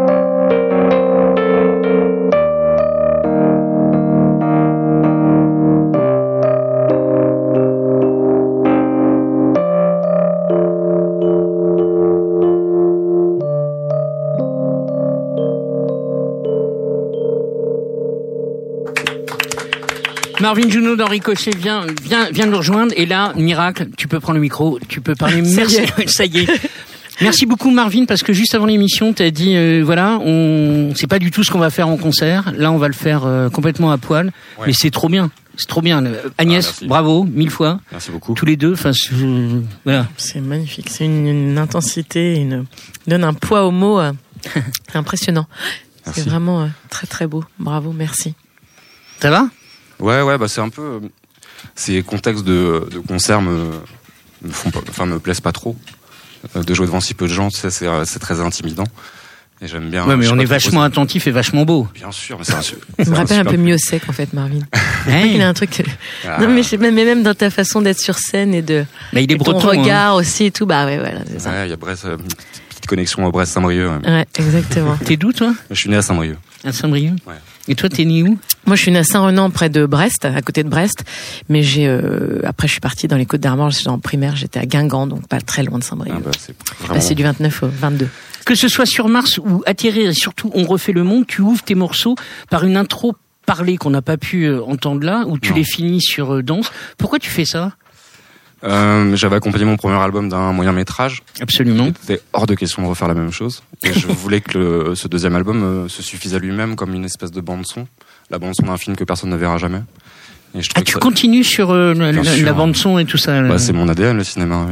Marvin Juno dans Ricochet vient nous rejoindre et là, miracle, tu peux prendre le micro, tu peux parler. Merci, ça y est. Merci beaucoup Marvin parce que juste avant l'émission, t'as dit voilà, c'est pas du tout ce qu'on va faire en concert. Là, on va le faire complètement à poil, ouais. Mais c'est trop bien. C'est trop bien. Agnès, bravo, 1000 fois. Merci beaucoup. Tous les deux, voilà. C'est magnifique. C'est une intensité, donne un poids aux mots impressionnant. Merci. C'est vraiment très très beau. Bravo, merci. Ça va? Ouais, bah c'est un peu ces contextes de concert me plaisent pas trop. De jouer devant si peu de gens, tu sais, c'est très intimidant. Et j'aime bien. Ouais, mais on est vachement attentif et vachement beau. Bien sûr, mais c'est ça me rappelle un peu Miossec en fait, Marvin. Il a un truc. Non, mais même dans ta façon d'être sur scène et de. Mais il est breton. Ton regard aussi et tout, bah ouais, voilà, c'est ça. Ouais, il y a Brest, petite connexion à Brest-Saint-Brieuc. Ouais, exactement. T'es d'où toi? Je suis né à Saint-Brieuc. À Saint-Brieuc. Ouais. Et toi, t'es né où? Moi, je suis né à Saint-Renan, près de Brest, à côté de Brest. Mais après, je suis partie dans les Côtes-d'Armor. En primaire, j'étais à Guingamp, donc pas très loin de Saint-Brieuc. C'est du 29 au 22. Que ce soit sur Mars ou Atterrir, et surtout On refait le monde, tu ouvres tes morceaux par une intro parlée qu'on n'a pas pu entendre là, où tu les finis sur danse. Pourquoi tu fais ça? J'avais accompagné mon premier album d'un moyen métrage. Absolument. C'était hors de question de refaire la même chose. Et je voulais que ce deuxième album se suffise à lui-même comme une espèce de bande-son. La bande-son d'un film que personne ne verra jamais. Et je tu continues sur la bande-son et tout ça. Bah, c'est mon ADN, le cinéma.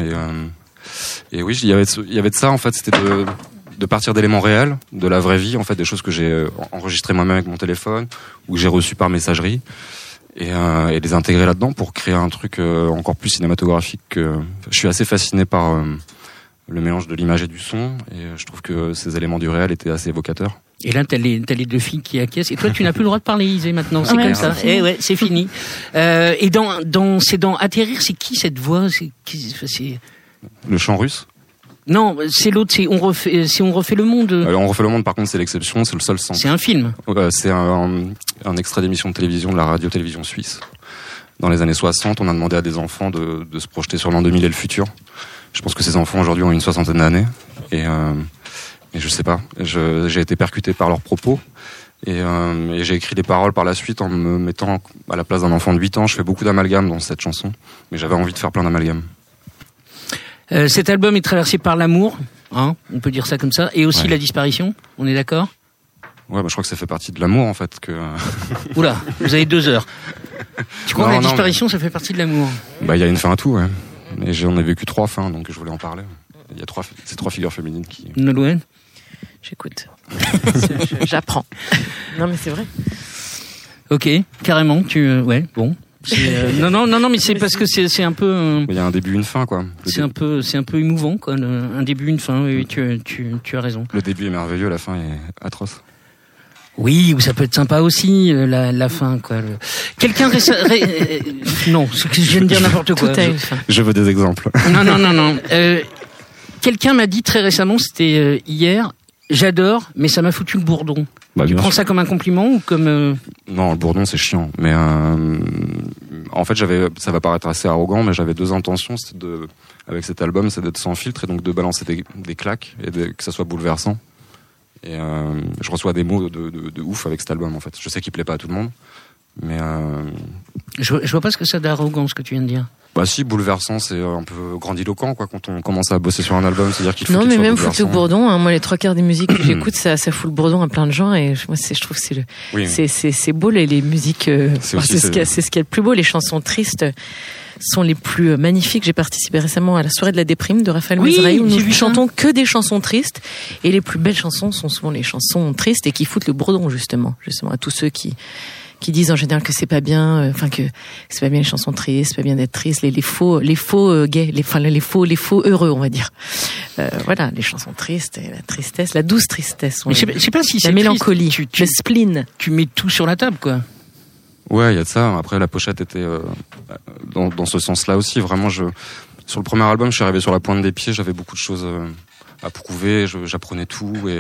Et oui, il y avait de ça, en fait. C'était de partir d'éléments réels, de la vraie vie, en fait, des choses que j'ai enregistrées moi-même avec mon téléphone, ou que j'ai reçues par messagerie. Et les intégrer là-dedans pour créer un truc encore plus cinématographique. Je suis assez fasciné par le mélange de l'image et du son, et je trouve que ces éléments du réel étaient assez évocateurs. Et là, t'as les deux filles qui acquiescent. Et toi, tu n'as plus le droit de parler, Isée, maintenant. C'est comme ça. C'est fini. Et dans Atterrir, c'est qui cette voix? C'est le chant russe? Non, c'est l'autre, on refait le monde. On refait le monde, par contre, c'est l'exception, c'est le seul sens. C'est un film. C'est un extrait d'émission de télévision de la radio-télévision suisse. Dans les années 60, on a demandé à des enfants de se projeter sur l'an 2000 et le futur. Je pense que ces enfants aujourd'hui ont une 60aine d'années. Et je sais pas. J'ai été percuté par leurs propos. Et j'ai écrit des paroles par la suite en me mettant à la place d'un enfant de 8 ans. Je fais beaucoup d'amalgames dans cette chanson. Mais j'avais envie de faire plein d'amalgames. Cet album est traversé par l'amour, hein, on peut dire ça comme ça, et aussi la disparition, on est d'accord? Ouais, je crois que ça fait partie de l'amour, en fait. Oula, vous avez 2 heures. Tu crois que la disparition, ça fait partie de l'amour? Bah, il y a une fin à tout, ouais. Et j'en ai vécu 3 fins, donc je voulais en parler. Il y a ces 3 figures féminines qui... Nolwenn? J'écoute. J'apprends. Non, mais c'est vrai. Ok, carrément, ouais, bon. Non, mais c'est parce que c'est un peu. Il y a un début, une fin, quoi. C'est un peu émouvant, quoi. Un début, une fin. Oui, tu as raison. Le début est merveilleux, la fin est atroce. Oui, ou ça peut être sympa aussi, la fin, quoi. Quelqu'un non, je viens de dire n'importe quoi. Tout a une fin. Je veux des exemples. Non. Quelqu'un m'a dit très récemment, c'était hier. J'adore, mais ça m'a foutu le bourdon. Bah, tu prends ça comme un compliment ou comme... Non, le bourdon c'est chiant. Mais en fait, ça va paraître assez arrogant, mais j'avais 2 intentions. C'était avec cet album, c'est d'être sans filtre et donc de balancer des claques et que ça soit bouleversant. Et je reçois des mots de ouf avec cet album, en fait. Je sais qu'il plaît pas à tout le monde, mais... Je vois pas ce que ça d'arrogant, ce que tu viens de dire. Bah si, bouleversant, c'est un peu grandiloquent, quoi, quand on commence à bosser sur un album, c'est-à-dire qu'il faut non, qu'il mais soit même foutu le bourdon, hein, moi les 3/4 des musiques que j'écoute, ça fout le bourdon à plein de gens, et moi je trouve que c'est beau les musiques, c'est ce qu'il y a de plus beau. Les chansons tristes sont les plus magnifiques. J'ai participé récemment à la soirée de la déprime de Raphaël Mesrahi, où nous chantons que des chansons tristes, et les plus belles chansons sont souvent les chansons tristes et qui foutent le bourdon justement à tous ceux qui disent en général que c'est pas bien, que c'est pas bien les chansons tristes, c'est pas bien d'être triste, les faux gays, les faux heureux, on va dire. Voilà, les chansons tristes, la tristesse, la douce tristesse. Mais je sais pas si c'est la mélancolie, le spleen. Tu mets tout sur la table, quoi. Ouais, il y a de ça. Après, la pochette était dans ce sens-là aussi. Vraiment, sur le premier album, je suis arrivé sur la pointe des pieds. J'avais beaucoup de choses à prouver. J'apprenais tout et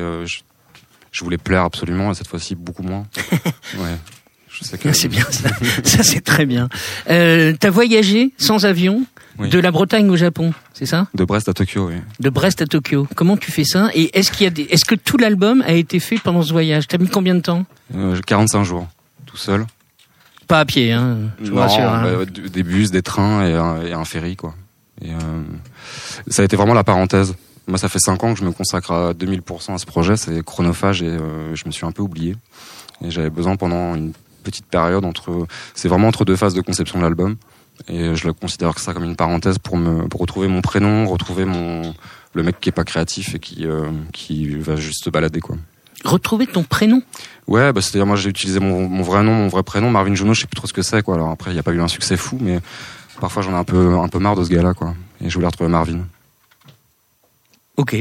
je voulais plaire absolument. Et cette fois-ci, beaucoup moins. Ouais. C'est bien ça. Ça c'est très bien. T'as voyagé sans avion de la Bretagne au Japon, c'est ça? De Brest à Tokyo, oui. De Brest à Tokyo. Comment tu fais ça? Et est-ce que tout l'album a été fait pendant ce voyage? T'as mis combien de temps? 45 jours, tout seul. Pas à pied, hein. Je vous rassure. Hein. Des bus, des trains et un ferry, quoi. Et ça a été vraiment la parenthèse. Moi, ça fait 5 ans que je me consacre à 2000% à ce projet. C'est chronophage et je me suis un peu oublié. Et j'avais besoin pendant une petite période c'est vraiment entre 2 phases de conception de l'album, et je le considère que ça comme une parenthèse pour retrouver mon prénom, retrouver le mec qui est pas créatif et qui va juste se balader, quoi. Retrouver ton prénom? Ouais, c'est-à-dire moi j'ai utilisé mon vrai nom, mon vrai prénom, Marvin Junot, je sais plus trop ce que c'est, quoi. Alors après il y a pas eu un succès fou, mais parfois j'en ai un peu marre de ce gars-là, quoi. Et je voulais retrouver Marvin. Ok.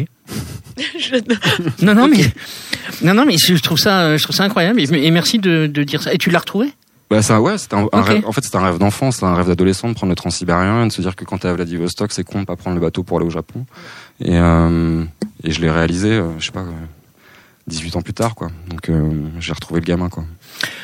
Non, mais je trouve ça incroyable et merci de dire ça. Et tu l'as retrouvé? Bah c'était un rêve. En fait, c'était un rêve d'enfant, c'était un rêve d'adolescent de prendre le transsibérien et de se dire que quand t'es à Vladivostok, c'est con de pas prendre le bateau pour aller au Japon. Et je l'ai réalisé, 18 ans plus tard, quoi. Donc j'ai retrouvé le gamin, quoi.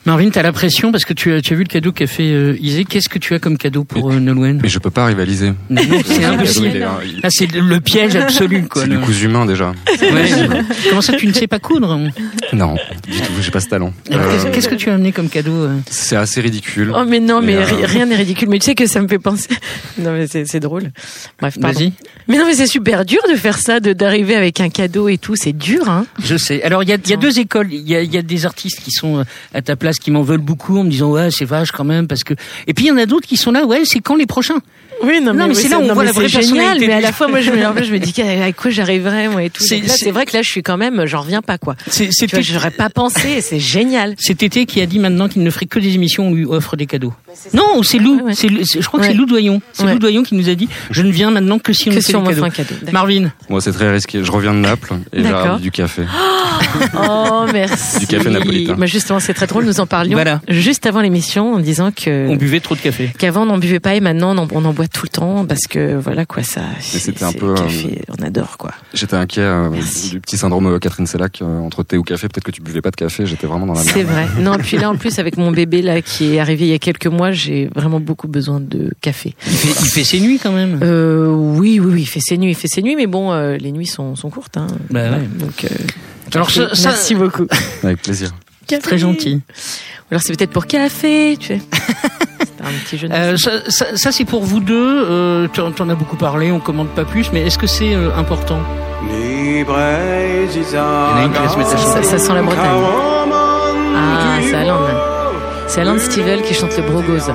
Marvin, t'as la pression parce que tu as vu le cadeau qu'a fait Isée. Qu'est-ce que tu as comme cadeau pour Nolwenn? Mais je peux pas rivaliser. Non, c'est impossible. Là, c'est le piège absolu, quoi. C'est du cousu humain déjà. Ouais. Comment ça, tu ne sais pas coudre? Non, du tout. J'ai pas ce talent. Qu'est-ce que tu as amené comme cadeau? C'est assez ridicule. Oh mais non, mais rien n'est ridicule. Mais tu sais que ça me fait penser. Non mais c'est drôle. Bref, pardon. Vas-y. Mais non mais c'est super dur de faire ça, d'arriver avec un cadeau et tout. C'est dur, hein. Je sais. Alors il y a deux écoles. Il y a des artistes qui sont à ta place qui m'en veulent beaucoup en me disant ouais c'est vache quand même parce que. Et puis il y en a d'autres qui sont là ouais c'est quand les prochains. Oui, non, mais c'est là où on voit la vraie génial, personnalité. mais à la fois, moi, je me dis avec quoi j'arriverais, moi, et tout. C'est vrai que là, je suis quand même, j'en reviens pas, quoi. J'aurais pas pensé, c'est génial. C'est Tété qui a dit maintenant qu'il ne ferait que des émissions où on lui offre des cadeaux. Non, c'est Lou. Ouais. Je crois que c'est Lou Doyon. C'est Lou Doyon qui nous a dit, je ne viens maintenant que si on me fait des cadeaux. Marvin. Moi, c'est très risqué. Je reviens de Naples et j'ai ramené du café. Oh, merci. Du café napolitain. Bah, justement, c'est très drôle. Nous en parlions juste avant l'émission en disant que. On buvait trop de café. Qu'avant, on n'en buvait pas et maintenant, on en boit tout le temps parce que voilà, quoi, ça. C'était un peu. Café, on adore, quoi. J'étais inquiet du petit syndrome Catherine Sellac entre thé ou café. Peut-être que tu buvais pas de café. J'étais vraiment dans la merde. C'est vrai. Non, puis là, en plus, avec mon bébé, là, qui est arrivé il y a quelques mois, j'ai vraiment beaucoup besoin de café. Il fait ses nuits quand même. Oui, il fait ses nuits, mais bon, les nuits sont courtes, hein. Bah ouais. Donc, alors ça, merci beaucoup. Avec plaisir. C'est très gentil. Alors c'est peut-être pour café, tu sais. C'est un petit jeu de ça c'est pour vous deux. T'en as beaucoup parlé, on commande pas plus, mais est-ce que c'est important? Il y en a une qui va se mettre à chanter. Ça sent la Bretagne. Ah, c'est Alan. C'est Alan Stivell qui chante le Brogoz.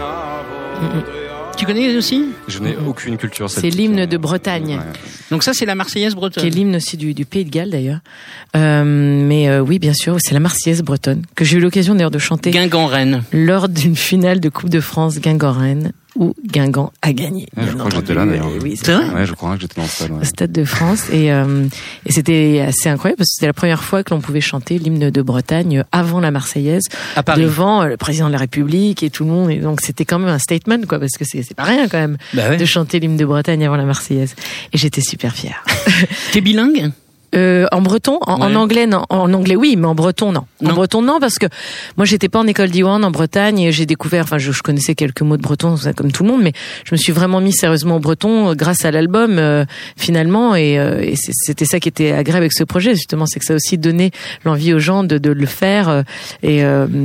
Tu connais aussi? Je n'ai aucune culture. C'est l'hymne de Bretagne. Ouais. Donc ça, c'est la Marseillaise bretonne. Qui est l'hymne aussi du Pays de Galles, d'ailleurs. Mais oui, bien sûr, c'est la Marseillaise bretonne, que j'ai eu l'occasion d'ailleurs de chanter. Guingamp-Rennes. Lors d'une finale de Coupe de France Guingamp-Rennes, où Guingamp a gagné. Ouais, je crois que j'étais là, d'ailleurs. Oui, c'est vrai? Ouais, je crois que j'étais dans le stade. Ouais. Au Stade de France. Et c'était assez incroyable parce que c'était la première fois que l'on pouvait chanter l'hymne de Bretagne avant la Marseillaise. À Paris. Devant le président de la République et tout le monde. Et donc c'était quand même un statement, quoi, parce que c'est pas rien, quand même, de chanter l'hymne de Bretagne avant la Marseillaise. Et j'étais super fière. T'es bilingue? En breton, en anglais, non. En anglais, oui, mais en breton, non. En breton, non, parce que moi, j'étais pas en école d'Iwan en Bretagne et j'ai découvert, enfin, je connaissais quelques mots de breton, comme tout le monde, mais je me suis vraiment mis sérieusement au breton grâce à l'album, finalement, et c'était ça qui était agréable avec ce projet, justement, c'est que ça a aussi donné l'envie aux gens de le faire, et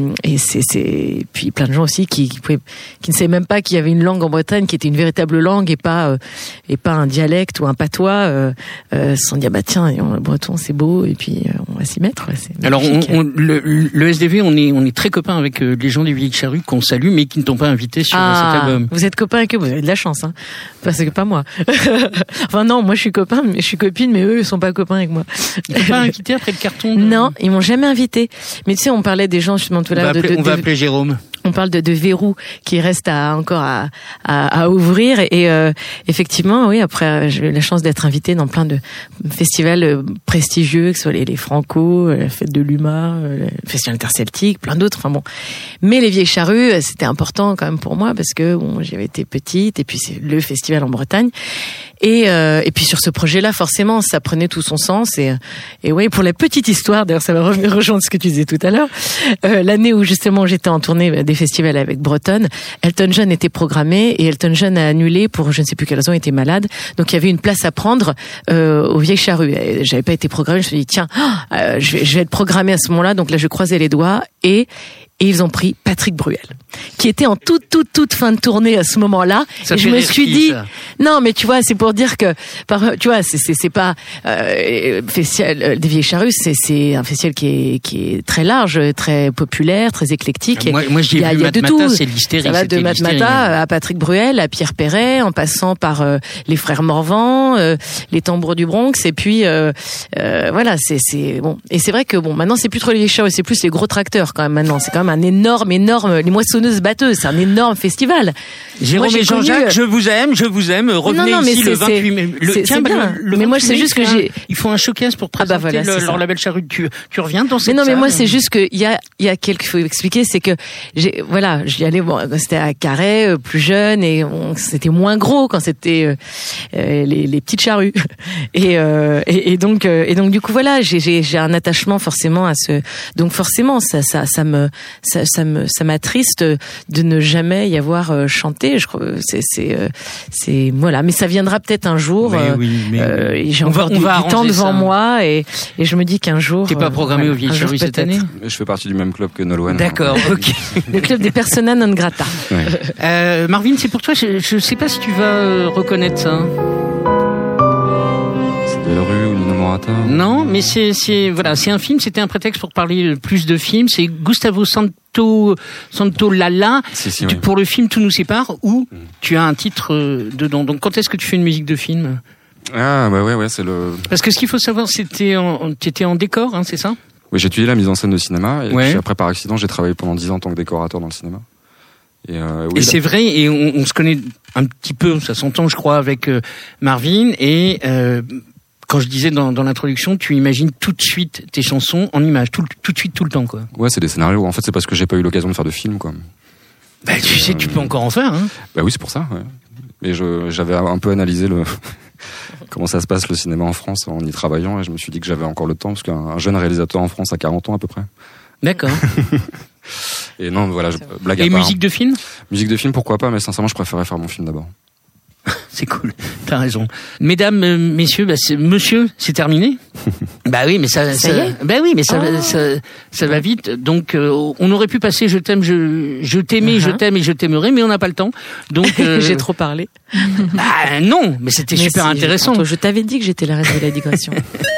puis plein de gens aussi qui ne savaient même pas qu'il y avait une langue en Bretagne qui était une véritable langue et pas un dialecte ou un patois, se sont dit, ah bah tiens, le breton c'est beau et puis on va s'y mettre. Alors le SDV on est très copains avec les gens des Vieilles Charrues qu'on salue mais qui ne t'ont pas invité sur cet album. Vous êtes copains avec eux, vous avez de la chance, hein, parce que pas moi. Enfin non, moi je suis copine, mais eux ils sont pas copains avec moi. Ils t'ont pas invité après le carton Non, ils m'ont jamais invité. Mais tu sais, on parlait des gens justement tout à l'heure. On va appeler Jérôme. On parle de verrous qui restent encore à ouvrir et effectivement, oui, après j'ai eu la chance d'être invitée dans plein de festivals prestigieux, que ce soit les Franco, la fête de l'Uma, le festival interceltique, plein d'autres, enfin bon. Mais les Vieilles Charrues, c'était important quand même pour moi parce que bon, j'avais été petite et puis c'est le festival en Bretagne. Et puis sur ce projet-là, forcément, ça prenait tout son sens. Et oui, pour la petite histoire, d'ailleurs, ça va rejoindre ce que tu disais tout à l'heure. L'année où justement j'étais en tournée des festivals avec Bretonne, Elton John était programmé et Elton John a annulé pour je ne sais plus quelle raison, il était malade. Donc il y avait une place à prendre aux Vieilles Charrues. J'avais pas été programmée, je me suis dit tiens, je vais être programmée à ce moment-là. Donc là, je croisais les doigts et ils ont pris Patrick Bruel, qui était en toute fin de tournée à ce moment-là. Ça et je me suis dit, non, mais tu vois, c'est pour dire que, tu vois, c'est pas festival des Vieilles Charrues, c'est un festival qui est très large, très populaire, très éclectique. Moi, j'y ai vu Matmata, c'est l'hystérie. Ça va de Matmata à Patrick Bruel, à Pierre Perret, en passant par les frères Morvan, les Tambours du Bronx, et puis voilà, c'est bon. Et c'est vrai que bon, maintenant c'est plus trop les Vieilles Charrues, c'est plus les gros tracteurs quand même. Maintenant, c'est quand même un énorme, les moissonneuses batteuse. C'est un énorme festival. Jérôme et Jean-Jacques, je vous aime. Revenez ici le 28 mai. C'est bien. Mais moi, c'est juste que ils font un showcase pour présenter leur label Charrue. Tu reviens dans cette salle. Mais non, mais moi, c'est juste que il y a quelque faut expliquer, c'est que j'y allais, c'était à Carhaix, plus jeune, et c'était moins gros quand c'était les petites charrues. Et donc du coup voilà, j'ai un attachement forcément à ce. Donc forcément, ça m'attriste de ne jamais y avoir chanté. Je crois c'est voilà, mais ça viendra peut-être un jour. J'ai encore du temps devant moi, et je me dis qu'un jour. T'es pas programmé au Vieilles Charrues cette année? Je fais partie du même club que Nolwenn. D'accord, ok. Le club des persona non grata. Ouais. Marvin, c'est pour toi. Je sais pas si tu vas reconnaître ça. C'est Belle Rue ou Nino Morata? Non, mais c'est un film. C'était un prétexte pour parler plus de films. C'est Gustavo Santaolalla. Si, oui. Pour le film Tout nous sépare, où tu as un titre dedans. Donc quand est-ce que tu fais une musique de film? Ah bah ouais, c'est le. Parce que ce qu'il faut savoir, t'étais en décor, hein, c'est ça? Oui, j'ai étudié la mise en scène de cinéma, et ouais. puis après par accident, j'ai travaillé pendant 10 ans en tant que décorateur dans le cinéma. Et c'est vrai, et on se connaît un petit peu, ça s'entend, je crois, avec Marvin, et quand je disais dans l'introduction, tu imagines tout de suite tes chansons en images, tout de suite, tout le temps, quoi. Ouais, c'est des scénarios. En fait, c'est parce que j'ai pas eu l'occasion de faire de film, quoi. Bah, tu sais, tu peux encore en faire, hein. Bah oui, c'est pour ça, ouais. Mais j'avais un peu analysé comment ça se passe le cinéma en France en y travaillant, et je me suis dit que j'avais encore le temps, parce qu'un jeune réalisateur en France a 40 ans à peu près. D'accord. Et non, voilà, blague à part. Et musique hein. de film? Musique de film, pourquoi pas, mais sincèrement, je préférais faire mon film d'abord. C'est cool, t'as raison. Mesdames, messieurs, monsieur, c'est terminé. Bah oui, mais ça y est. Bah oui, mais ça va vite. Donc, on aurait pu passer je t'aime, je t'aimais, je t'aime et je t'aimerai, mais on n'a pas le temps. Donc, j'ai trop parlé. Bah non, mais c'était super intéressant. Je t'avais dit que j'étais la reine de la digression.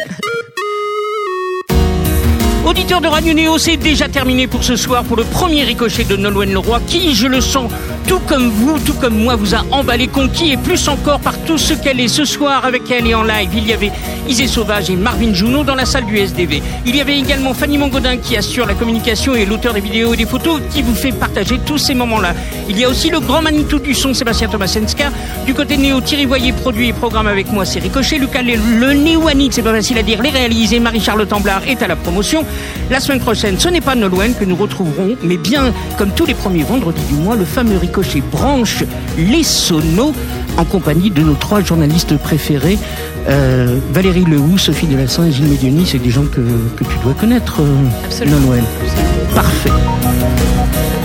Auditeurs de Radio Néo, c'est déjà terminé pour ce soir, pour le premier ricochet de Nolwenn Leroy, qui, je le sens, tout comme vous, tout comme moi, vous a emballé, conquis et plus encore par tout ce qu'elle est. Ce soir, avec elle et en live, il y avait Isée Sauvage et Marvin Junot dans la salle du SDV. Il y avait également Fanny Mongodin qui assure la communication et l'auteur des vidéos et des photos qui vous fait partager tous ces moments-là. Il y a aussi le grand Manitou du son, Sébastien Thomasenska. Du côté Néo, Thierry Voyer, produit et programme avec moi, c'est Ricochet. Lucas, le Néoanite, c'est pas facile à dire, les réalisés. Marie-Charlotte Amblard est à la promotion. La semaine prochaine, ce n'est pas Nolwenn que nous retrouverons, mais bien, comme tous les premiers vendredis du mois, le fameux Ricochet branche les sonos en compagnie de nos 3 journalistes préférés, Valérie Lehoux, Sophie Delassin et Gilles Médioni. C'est des gens que tu dois connaître, Nolwenn. Parfait.